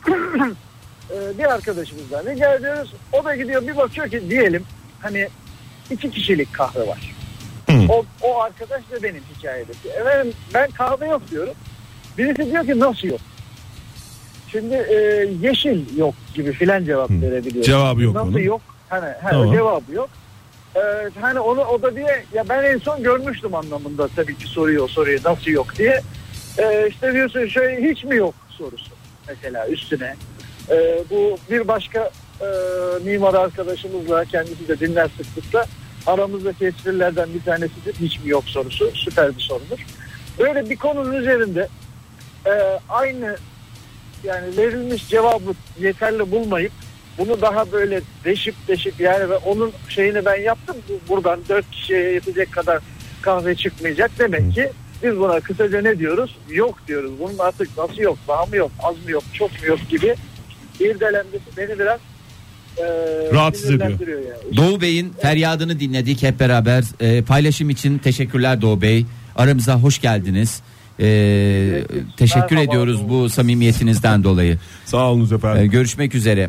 Bir arkadaşımızdan rica ediyoruz. O da gidiyor, bir bakıyor ki diyelim hani 2 kişilik kahve var. O arkadaş da benim hikayedeki. Efendim ben kahve yok diyorum. Birisi diyor ki nasıl yok? Şimdi yeşil yok gibi filan cevap verebiliyor. Cevabı yok nasıl onun. yok? Tamam. Cevabı yok. Hani onu o da diye ya ben en son görmüştüm anlamında tabii ki soruyu nasıl yok diye. İşte diyorsun şöyle hiç mi yok sorusu mesela üstüne. Bu bir başka mimar arkadaşımızla, kendisi de dinler sıklıkla, aramızdaki esprilerden bir tanesidir hiç mi yok sorusu. Süper bir sorudur. Böyle bir konunun üzerinde aynı yani verilmiş cevabı yeterli bulmayıp bunu daha böyle deşip yani ve onun şeyini ben yaptım. Buradan 4 kişiye yetecek kadar kahve çıkmayacak. Demek ki biz buna kısaca ne diyoruz? Yok diyoruz. Bunun artık nasıl yok, daha mı yok, az mı yok, çok mu yok gibi irdelenmesi beni biraz rahatsız ediyor. Yani. Doğu Bey'in feryadını dinledik hep beraber. Paylaşım için teşekkürler Doğu Bey. Aramıza hoş geldiniz. Teşekkür Merhaba. ediyoruz bu samimiyetinizden dolayı. Sağ olun efendim. Görüşmek üzere.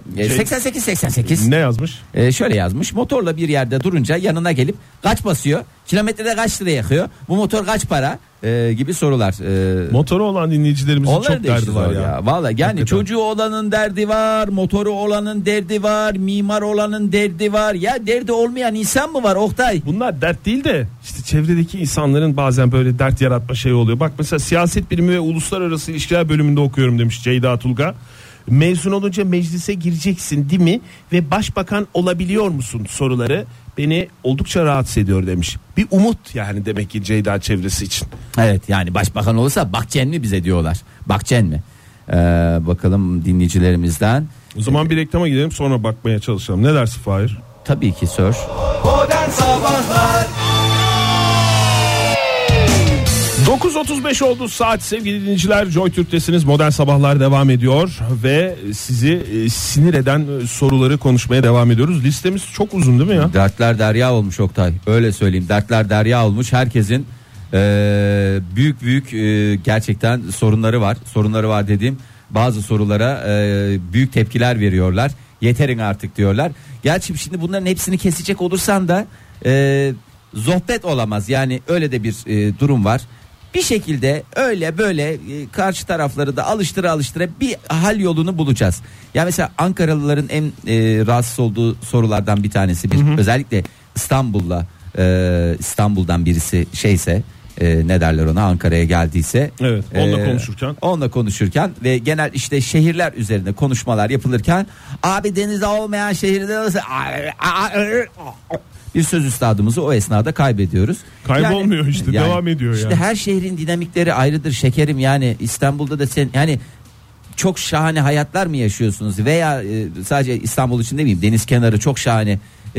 88 Ne yazmış? şöyle yazmış: motorla bir yerde durunca yanına gelip kaç basıyor, kilometrede kaç lira yakıyor, bu motor kaç para gibi sorular. Motoru olan dinleyicilerimizin Onların çok da işi derdi var zor ya. Vallahi yani Hakikaten. çocuğu olanın derdi var, motoru olanın derdi var, mimar olanın derdi var. Ya derdi olmayan insan mı var Oktay? Bunlar dert değil de işte çevredeki insanların bazen böyle dert yaratma şeyi oluyor. Bak mesela siyaset bilimi ve uluslararası ilişkiler bölümünde okuyorum demiş Ceyda Tulga. Mezun olunca meclise gireceksin değil mi ve başbakan olabiliyor musun soruları beni oldukça rahatsız ediyor demiş. Bir umut yani demek ki Ceyda çevresi için. Evet, yani başbakan olursa bakcen mi bize diyorlar. Bakcen mi? Bakalım dinleyicilerimizden. O zaman bir reklama gidelim, sonra bakmaya çalışalım. Ne dersin Fahir? Tabii ki Sir. Modern Sabahlar 9.35 oldu saat sevgili dinleyiciler. Joy Türk'tesiniz. Modern Sabahlar devam ediyor ve sizi sinir eden soruları konuşmaya devam ediyoruz. Listemiz çok uzun değil mi ya? Dertler derya olmuş Oktay. Öyle söyleyeyim. Dertler derya olmuş. Herkesin büyük gerçekten sorunları var. Sorunları var dediğim bazı sorulara büyük tepkiler veriyorlar. Yeterin artık diyorlar. Gerçi şimdi bunların hepsini kesecek olursan da sohbet olamaz. Yani öyle de bir durum var. Bir şekilde öyle böyle karşı tarafları da alıştıra bir hal yolunu bulacağız. Ya mesela Ankaralıların en rahatsız olduğu sorulardan bir tanesi özellikle İstanbul'dan birisi şeyse ne derler ona, Ankara'ya geldiyse. Evet, onunla konuşurken ve genel işte şehirler üzerinde konuşmalar yapılırken abi denize olmayan şehirde nasıl bir söz üstadımızı o esnada kaybediyoruz. Kaybolmuyor yani, devam ediyor işte her şehrin dinamikleri ayrıdır şekerim, yani İstanbul'da da sen yani çok şahane hayatlar mı yaşıyorsunuz veya sadece İstanbul için demeyeyim, deniz kenarı çok şahane,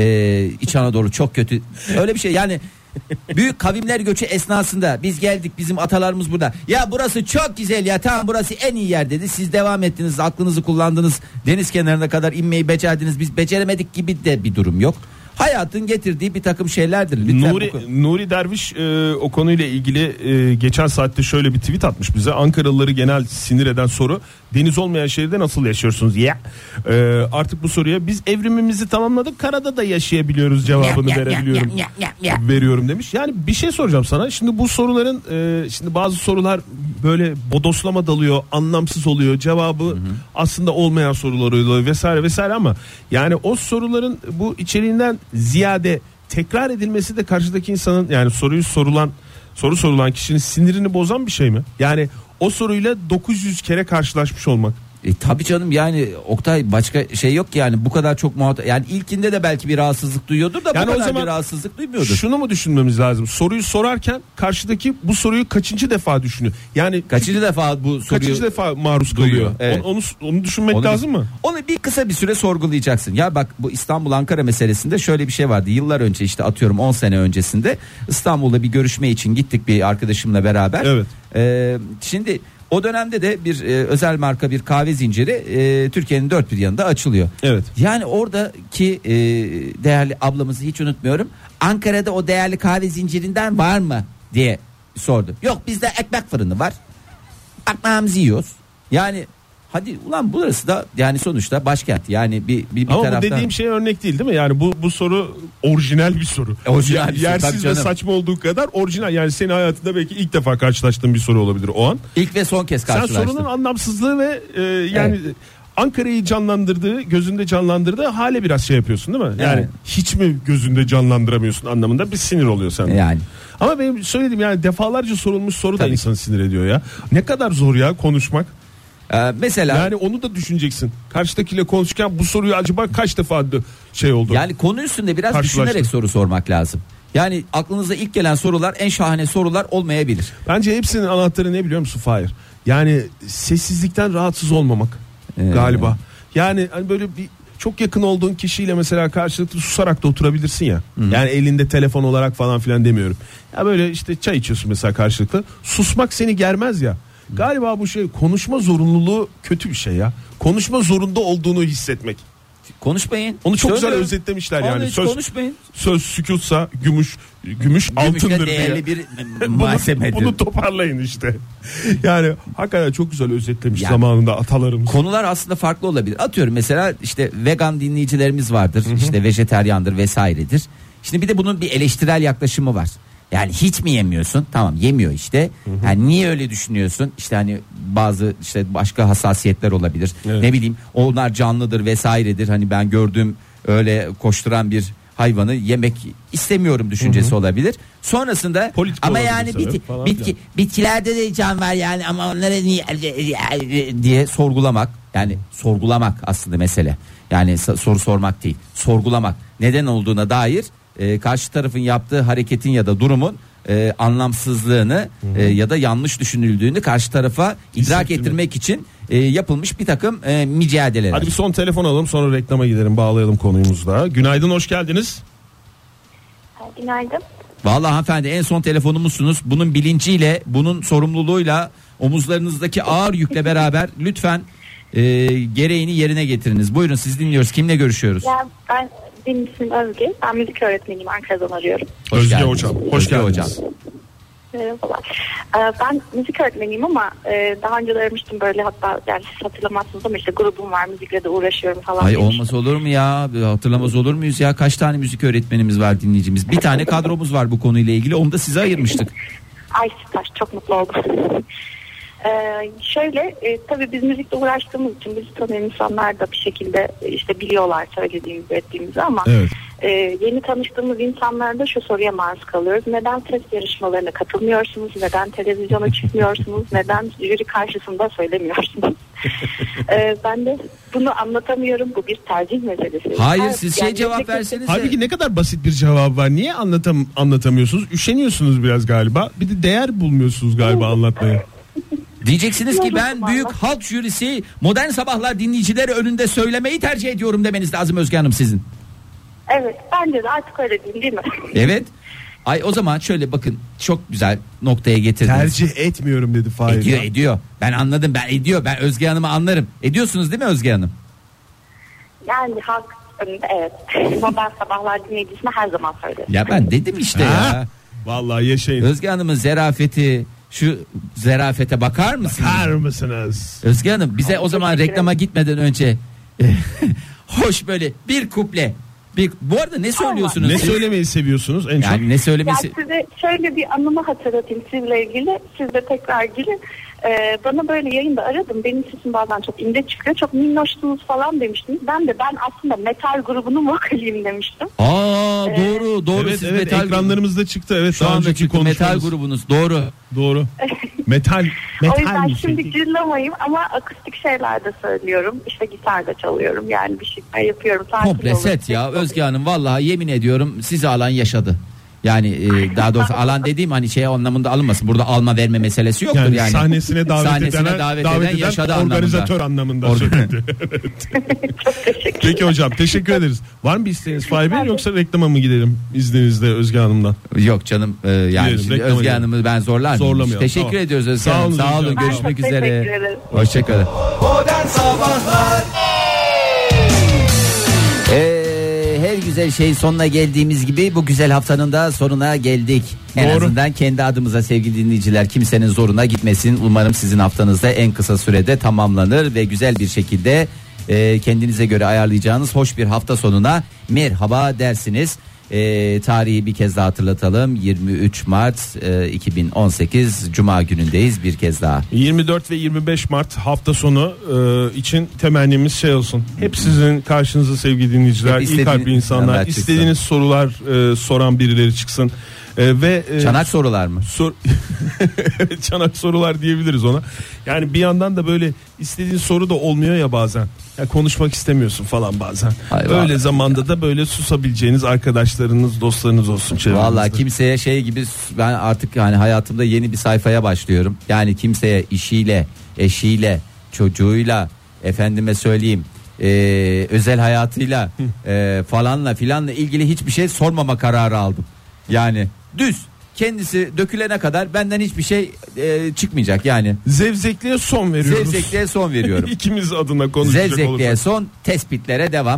İç Anadolu çok kötü, öyle bir şey yani. Büyük kavimler göçü esnasında biz geldik, bizim atalarımız burada, ya burası çok güzel ya, tamam burası en iyi yer dedi, siz devam ettiniz, aklınızı kullandınız, deniz kenarına kadar inmeyi becerdiniz, biz beceremedik gibi de bir durum yok. Hayatın getirdiği bir takım şeylerdir. Nuri Derviş o konuyla ilgili geçen saatte şöyle bir tweet atmış bize. Ankaralıları genel sinir eden soru, deniz olmayan şehirde nasıl yaşıyorsunuz? Artık bu soruya biz evrimimizi tamamladık, karada da yaşayabiliyoruz cevabını verebiliyorum. Veriyorum demiş. Yani bir şey soracağım sana. Şimdi bu soruların şimdi bazı sorular böyle bodoslama dalıyor, anlamsız oluyor. Cevabı aslında olmayan sorular oluyor vesaire vesaire, ama yani o soruların bu içeriğinden ziyade tekrar edilmesi de karşıdaki insanın, yani soru sorulan kişinin sinirini bozan bir şey mi? Yani o soruyla 900 kere karşılaşmış olmak. Tabii canım, yani Oktay, başka şey yok ki yani, bu kadar çok yani ilkinde de belki bir rahatsızlık duyuyordur da yani bu kadar bir rahatsızlık duymuyordur. Şunu mu düşünmemiz lazım? Soruyu sorarken karşıdaki bu soruyu kaçıncı defa düşünüyor? Yani kaçıncı defa maruz kalıyor? Evet. Onu düşünmek lazım mı? Onu bir kısa bir süre sorgulayacaksın. Ya bak, bu İstanbul Ankara meselesinde şöyle bir şey vardı. Yıllar önce, işte atıyorum 10 sene öncesinde İstanbul'da bir görüşme için gittik bir arkadaşımla beraber. Evet. Şimdi o dönemde de bir özel marka bir kahve zinciri Türkiye'nin dört bir yanında açılıyor. Evet. Yani oradaki değerli ablamızı hiç unutmuyorum. Ankara'da o değerli kahve zincirinden var mı diye sordu. Yok, bizde ekmek fırını var. Ekmeğimizi yiyoruz. Yani hadi ulan, burası da yani sonuçta başkent. Yani bir ama taraftan. bu dediğim şey örnek değil mi? Yani bu soru orijinal bir soru. Orijinal yersiz ve saçma olduğu kadar orijinal. Yani senin hayatında belki ilk defa karşılaştığın bir soru olabilir o an. İlk ve son kez karşılaştım. Sen sorunun anlamsızlığı ve yani Ankara'yı gözünde canlandırdığı hale biraz şey yapıyorsun değil mi? Yani hiç mi gözünde canlandıramıyorsun anlamında bir sinir oluyor sende. Yani. Ama benim söylediğim, yani defalarca sorulmuş soru da insanı sinir ediyor ya. Ne kadar zor ya konuşmak. Mesela yani onu da düşüneceksin. Karşıdakiyle konuşurken bu soruyu acaba kaç defa şey oldu? Yani konu üstünde biraz düşünerek soru sormak lazım. Yani aklınıza ilk gelen sorular en şahane sorular olmayabilir. Bence hepsinin anahtarı ne biliyor musun Fahir? Yani sessizlikten rahatsız olmamak galiba. Yani hani böyle bir çok yakın olduğun kişiyle mesela karşılıklı susarak da oturabilirsin ya. Yani elinde telefon olarak falan filan demiyorum. Ya böyle işte çay içiyorsun mesela karşılıklı. Susmak seni germez ya. Galiba bu şey, konuşma zorunluluğu kötü bir şey ya. Konuşma zorunda olduğunu hissetmek. Konuşmayın. Onu çok güzel özetlemişler yani. Konuşmayın. Söz sükûtsa gümüş altındır değerli diye. Bir malzemedir. Bunu toparlayın işte. Yani hakikaten çok güzel özetlemiş zamanında atalarımız. Konular aslında farklı olabilir. Atıyorum mesela işte vegan dinleyicilerimiz vardır. İşte vejeteryandır vesairedir. Şimdi bir de bunun bir eleştirel yaklaşımı var. Yani hiç mi yemiyorsun? Tamam, yemiyor işte. Yani niye öyle düşünüyorsun? İşte hani bazı işte başka hassasiyetler olabilir. Evet. Ne bileyim, onlar canlıdır vesairedir. Hani ben gördüğüm öyle koşturan bir hayvanı yemek istemiyorum düşüncesi olabilir. Sonrasında politik ama yani bitkilerde de can var yani, ama onlara niye diye sorgulamak. Yani sorgulamak aslında mesele. Yani soru sormak değil. Sorgulamak. Neden olduğuna dair karşı tarafın yaptığı hareketin ya da durumun anlamsızlığını ya da yanlış düşünüldüğünü karşı tarafa idrak ettirmek için yapılmış bir takım mücadeleler. Hadi bir son telefon alalım, sonra reklama gidelim, bağlayalım konumuzda. Günaydın, hoş geldiniz. Günaydın. Vallahi hanımefendi, en son telefonumuzsunuz. Bunun bilinciyle, bunun sorumluluğuyla, omuzlarınızdaki ağır yükle beraber lütfen gereğini yerine getiriniz. Buyurun, siz dinliyoruz. Kimle görüşüyoruz? Ya benim ismim Özge. Ben müzik öğretmeniyim. Ankara'dan arıyorum. Özge hocam. Hoş geldiniz. Hocam. Merhabalar. Ben müzik öğretmeniyim ama daha önce de aramıştım böyle, hatta yani siz hatırlamazsınız ama işte grubum var, müzikle de uğraşıyorum falan. Ay olmaz olur mu ya? Hatırlamaz olur muyuz ya? Kaç tane müzik öğretmenimiz var, dinleyicimiz? Bir tane kadromuz var bu konuyla ilgili. Onu da size ayırmıştık. Ay süper, çok mutlu oldum. Tabii biz müzikle uğraştığımız için bizi tanıyan insanlar da bir şekilde işte biliyorlar söylediğimizi, ettiğimizi ama Yeni tanıştığımız insanlarda şu soruya maruz kalıyoruz. Neden ses yarışmalarına katılmıyorsunuz? Neden televizyona çıkmıyorsunuz? Neden jüri karşısında söylemiyorsunuz? Ben de bunu anlatamıyorum. Bu bir tercih meselesi. Hayır, siz cevap verseniz. Halbuki ne kadar basit bir cevap var. Niye anlatamıyorsunuz? Üşeniyorsunuz biraz galiba. Bir de değer bulmuyorsunuz galiba anlatmaya. Diyeceksiniz ki ben büyük halk jürisi Modern Sabahlar dinleyicileri önünde söylemeyi tercih ediyorum demeniz lazım Özge Hanım sizin. Evet, bence de artık öyle değil mi? Evet. Ay o zaman şöyle bakın, çok güzel noktaya getirdiniz. Tercih etmiyorum dedi Fahir. Ediyor. Ben anladım, ben Özge Hanım'ı anlarım. Ediyorsunuz değil mi Özge Hanım? Yani halk önünde evet. Modern Sabahlar dinleyicisine her zaman söylerim. Ya ben dedim işte ya. Vallahi yaşayın. Özge Hanım'ın zerafeti, şu zerafete bakar mısınız? Bakar mısınız? Özge Hanım bize o zaman reklama gitmeden önce hoş böyle bir kuple. Bu arada ne söylüyorsunuz? Ne siz? söylemeyi seviyorsunuz en çok? Yani ne söylemesi? Ya size şöyle bir anımı hatırlatayım sizle ilgili. Siz de tekrar girin. Bana böyle yayında aradım. Benim sesim bazen çok ince çıkıyor. Çok minnoştunuz falan demiştiniz. Ben aslında metal grubunun vokaliyim demiştim. Doğru. Evet, siz evet metal ekranlarımızda çıktı. Evet, şu anda çıktı metal grubunuz. Doğru. metal. O yüzden şimdi cırlamayayım ama akustik şeyler de söylüyorum. İşte gitar da çalıyorum. Yani bir şey yapıyorum. Komple set ya Özge Hanım, vallahi yemin ediyorum sizi alan yaşadı. Yani daha doğrusu alan dediğim hani şey anlamında alınmasın. Burada alma verme meselesi yoktur yani. Sahnesine davet eden yaşadı organizatör anlamında. söyledi. Çok teşekkür Peki hocam, teşekkür ederiz. Var mı bir isteğiniz Fahir Bey, yoksa reklama mı gidelim izninizle Özge Hanım'dan? Yok canım, yani şimdi Özge Hanım'ı ben zorlamayayım. Teşekkür ediyoruz Özge Hanım. Sağ olun. Görüşmek üzere. Hoşçakalın. Modern Sabahlar. Her güzel şeyin sonuna geldiğimiz gibi bu güzel haftanın da sonuna geldik. En azından kendi adımıza sevgili dinleyiciler, kimsenin zoruna gitmesin. Umarım sizin haftanızda en kısa sürede tamamlanır ve güzel bir şekilde kendinize göre ayarlayacağınız hoş bir hafta sonuna merhaba dersiniz. Tarihi bir kez daha hatırlatalım. 23 Mart 2018 Cuma günündeyiz bir kez daha. 24 ve 25 Mart hafta sonu için temennimiz şey olsun. Hep sizin karşınıza sevgili dinleyiciler, iyi kalpli insanlar, istediğiniz sorular soran birileri çıksın. Ve çanak sorular mı? Çanak sorular diyebiliriz ona. Yani bir yandan da böyle istediğin soru da olmuyor ya bazen. Ya konuşmak istemiyorsun falan bazen. Böyle zamanda da böyle susabileceğiniz arkadaşlarınız, dostlarınız olsun çevrenizde. Vallahi kimseye şey gibi, ben artık yani hayatımda yeni bir sayfaya başlıyorum. Yani kimseye işiyle, eşiyle, çocuğuyla, efendime söyleyeyim, özel hayatıyla falanla filanla ilgili hiçbir şey sormama kararı aldım. Yani düz kendisi dökülene kadar benden hiçbir şey çıkmayacak yani. Zevzekliğe son veriyoruz. Zevzekliğe son veriyorum. İkimiz adına konuşacak olursak. Zevzekliğe son, tespitlere devam.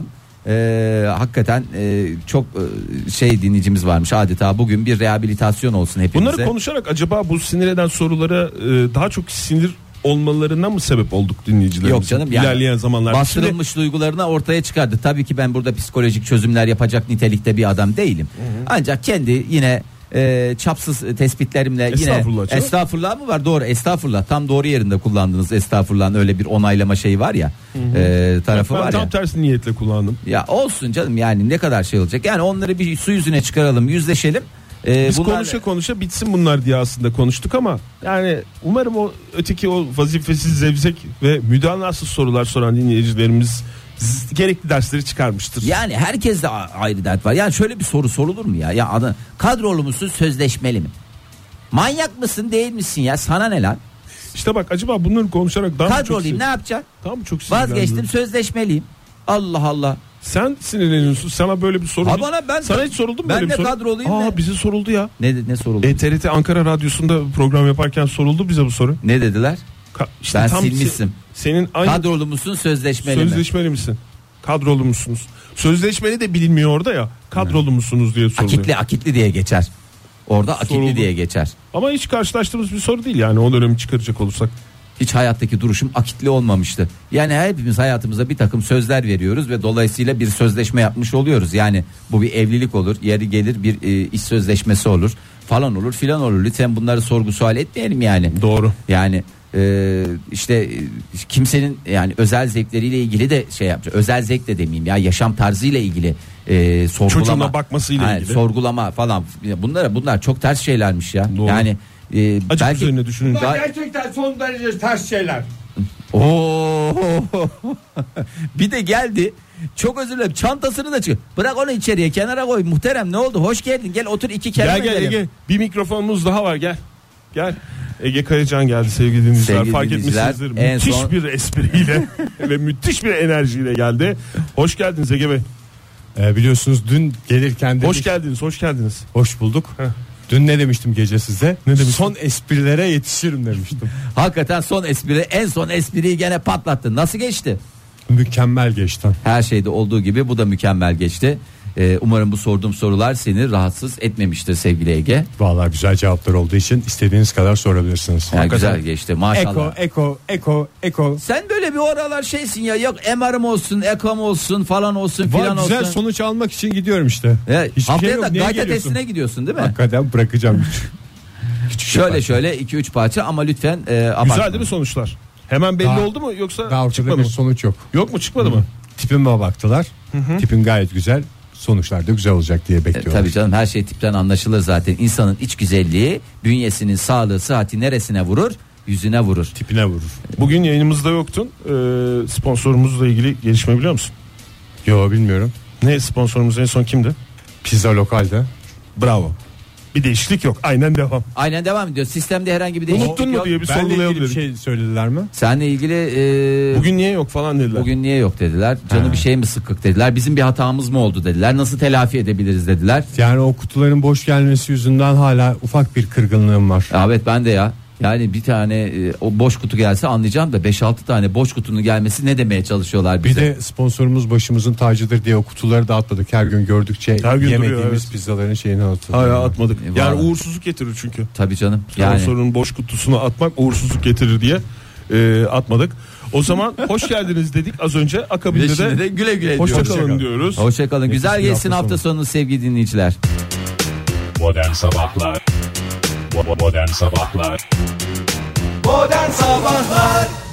Hakikaten çok şey dinleyicimiz varmış adeta, bugün bir rehabilitasyon olsun hepimize. Bunları konuşarak acaba bu sinir eden sorulara daha çok sinir olmalarına mı sebep olduk dinleyicilerimiz? Yok canım, yani ilerleyen zamanlarda bastırılmış duygularını ortaya çıkardı. Tabii ki ben burada psikolojik çözümler yapacak nitelikte bir adam değilim. Ancak kendi yine çapsız tespitlerimle estağfurullah mı var? Doğru, estağfurullah, tam doğru yerinde kullandınız. Estağfurullah'ın öyle bir onaylama şeyi var ya, tarafı var ya. Ben tam tersi niyetle kullandım. Ya olsun canım, yani ne kadar şey olacak. Yani onları bir su yüzüne çıkaralım, yüzleşelim. Biz konuşa bitsin bunlar diye aslında konuştuk ama yani umarım o öteki o vazifesiz, zevzek ve müdanasız sorular soran dinleyicilerimiz gerekli dersleri çıkarmıştır. Yani herkes de ayrı dert var. Yani şöyle bir soru sorulur mu ya? Ya adı kadrolu musun, sözleşmeli mi? Manyak mısın, değil misin ya? Sana ne lan? İşte bak, acaba bunları konuşarak daha kadroluyum, ne yapacaksın? Tam çok vazgeçtim, sözleşmeliyim. Allah Allah. Sen sinirleniyorsun. Sana böyle bir soru. Sana hiç soruldu mu böyle bir soru? Ben de kadroluyum. Bize soruldu ya. Ne soruldu? TRT Ankara Radyosu'nda program yaparken soruldu bize bu soru. Ne dediler? İşte ben silmişim. Senin aynı... Kadrolu musun, sözleşmeli mi? Sözleşmeli misin? Kadrolu musunuz? Sözleşmeli de bilinmiyor orada ya. Kadrolu musunuz diye soruluyor. Akitli diye geçer. Orada akitli diye geçer. Ama hiç karşılaştığımız bir soru değil yani, o dönemi çıkaracak olursak. Hiç hayattaki duruşum akitli olmamıştı. Yani hepimiz hayatımıza bir takım sözler veriyoruz ve dolayısıyla bir sözleşme yapmış oluyoruz. Yani bu bir evlilik olur, yeri gelir bir iş sözleşmesi olur falan olur filan olur. Lütfen bunları sorgu sual etmeyelim yani. Doğru. Yani işte kimsenin yani özel zevkleriyle ilgili de şey yapacak. Özel zevk de demeyeyim ya, yaşam tarzıyla ilgili sorgulama. Çocuğuna bakmasıyla ilgili. Sorgulama falan. Bunlar çok ters şeylermiş ya. Doğru. Yani Acık belki üzerine düşününce. Gerçekten son derece ters şeyler. Bir de geldi. Çok özür dilerim. Çantasını da çıkıyor. Bırak onu içeriye, kenara koy. Muhterem, ne oldu? Hoş geldin. Gel otur, iki kelime Gel edelim. Ege. Bir mikrofonumuz daha var, gel. Gel. Ege Kayacan geldi sevgili dinleyiciler. Sevgili Fark dinleyiciler, etmişsinizdir. en Müthiş son- bir espriyle ve müthiş bir enerjiyle geldi. Hoş geldiniz Ege Bey. Biliyorsunuz dün gelirken dedik. Hoş geldiniz, hoş geldiniz. Hoş bulduk. Heh. Dün ne demiştim gece size? Ne demiştin? Son esprilere yetişirim demiştim. Hakikaten en son espriyi gene patlattın. Nasıl geçti? Mükemmel geçti. Her şeyde olduğu gibi bu da mükemmel geçti. Umarım bu sorduğum sorular seni rahatsız etmemiştir sevgili Ege. Vallahi güzel cevaplar olduğu için istediğiniz kadar sorabilirsiniz. Yani güzel geçti maşallah. Eko. Sen böyle bir oralar şeysin ya, yok MR'ım olsun, EKO'm olsun falan olsun filan olsun. Güzel sonuç almak için gidiyorum işte. Evet, haftaya da Niye gayda geliyorsun? testine gidiyorsun değil mi? Hakikaten bırakacağım. Şöyle 2-3 parça ama lütfen abartma. Güzel değil mi sonuçlar? Hemen belli oldu mu yoksa Daha çıkmadı ortada bir mı? sonuç yok. Yok mu, çıkmadı mı? Tipime baktılar. Tipim gayet güzel. Sonuçlar da güzel olacak diye bekliyorum. Tabii canım, her şey tipten anlaşılır zaten. İnsanın iç güzelliği, bünyesinin sağlığı, sıhhati neresine vurur? Yüzüne vurur. Tipine vurur. Bugün yayınımızda yoktun. Sponsorumuzla ilgili gelişme biliyor musun? Yo, bilmiyorum. Ne sponsorumuz en son kimdi? Pizza Lokal'de. Bravo. Bir değişiklik yok. Aynen devam. Aynen devam ediyor. Sistemde herhangi bir değişiklik Unuttun mu yok. diye bir Benle sorgulayalım ilgili bir dedik. şey söylediler mi? Seninle ilgili Bugün niye yok falan dediler. bugün niye yok dediler. Canı bir şey mi sıkık dediler. Bizim bir hatamız mı oldu dediler. Nasıl telafi edebiliriz dediler. Yani o kutuların boş gelmesi yüzünden hala ufak bir kırgınlığım var. Evet, ben de ya. Yani bir tane o boş kutu gelse anlayacağım da 5-6 tane boş kutunun gelmesi ne demeye çalışıyorlar Bir bize. de sponsorumuz başımızın tacıdır diye o kutuları dağıtmadık. Her gün gördükçe Her gün yemediğimiz duruyor, evet. pizzaların şeyini attık. Hala atmadık. Yani vallahi. uğursuzluk getirir çünkü. Tabii canım. Yani Sponsorun boş kutusunu atmak uğursuzluk getirir diye atmadık. O zaman hoş geldiniz dedik az önce. bir Akabinde de şimdi de de güle güle hoşça diyoruz. kalın diyoruz. Hoşçakalın. Güzel Nefis bir geçsin hafta hafta sonu sevgili dinleyiciler. Modern Sabahlar Modern Sabahlar Modern Sabahlar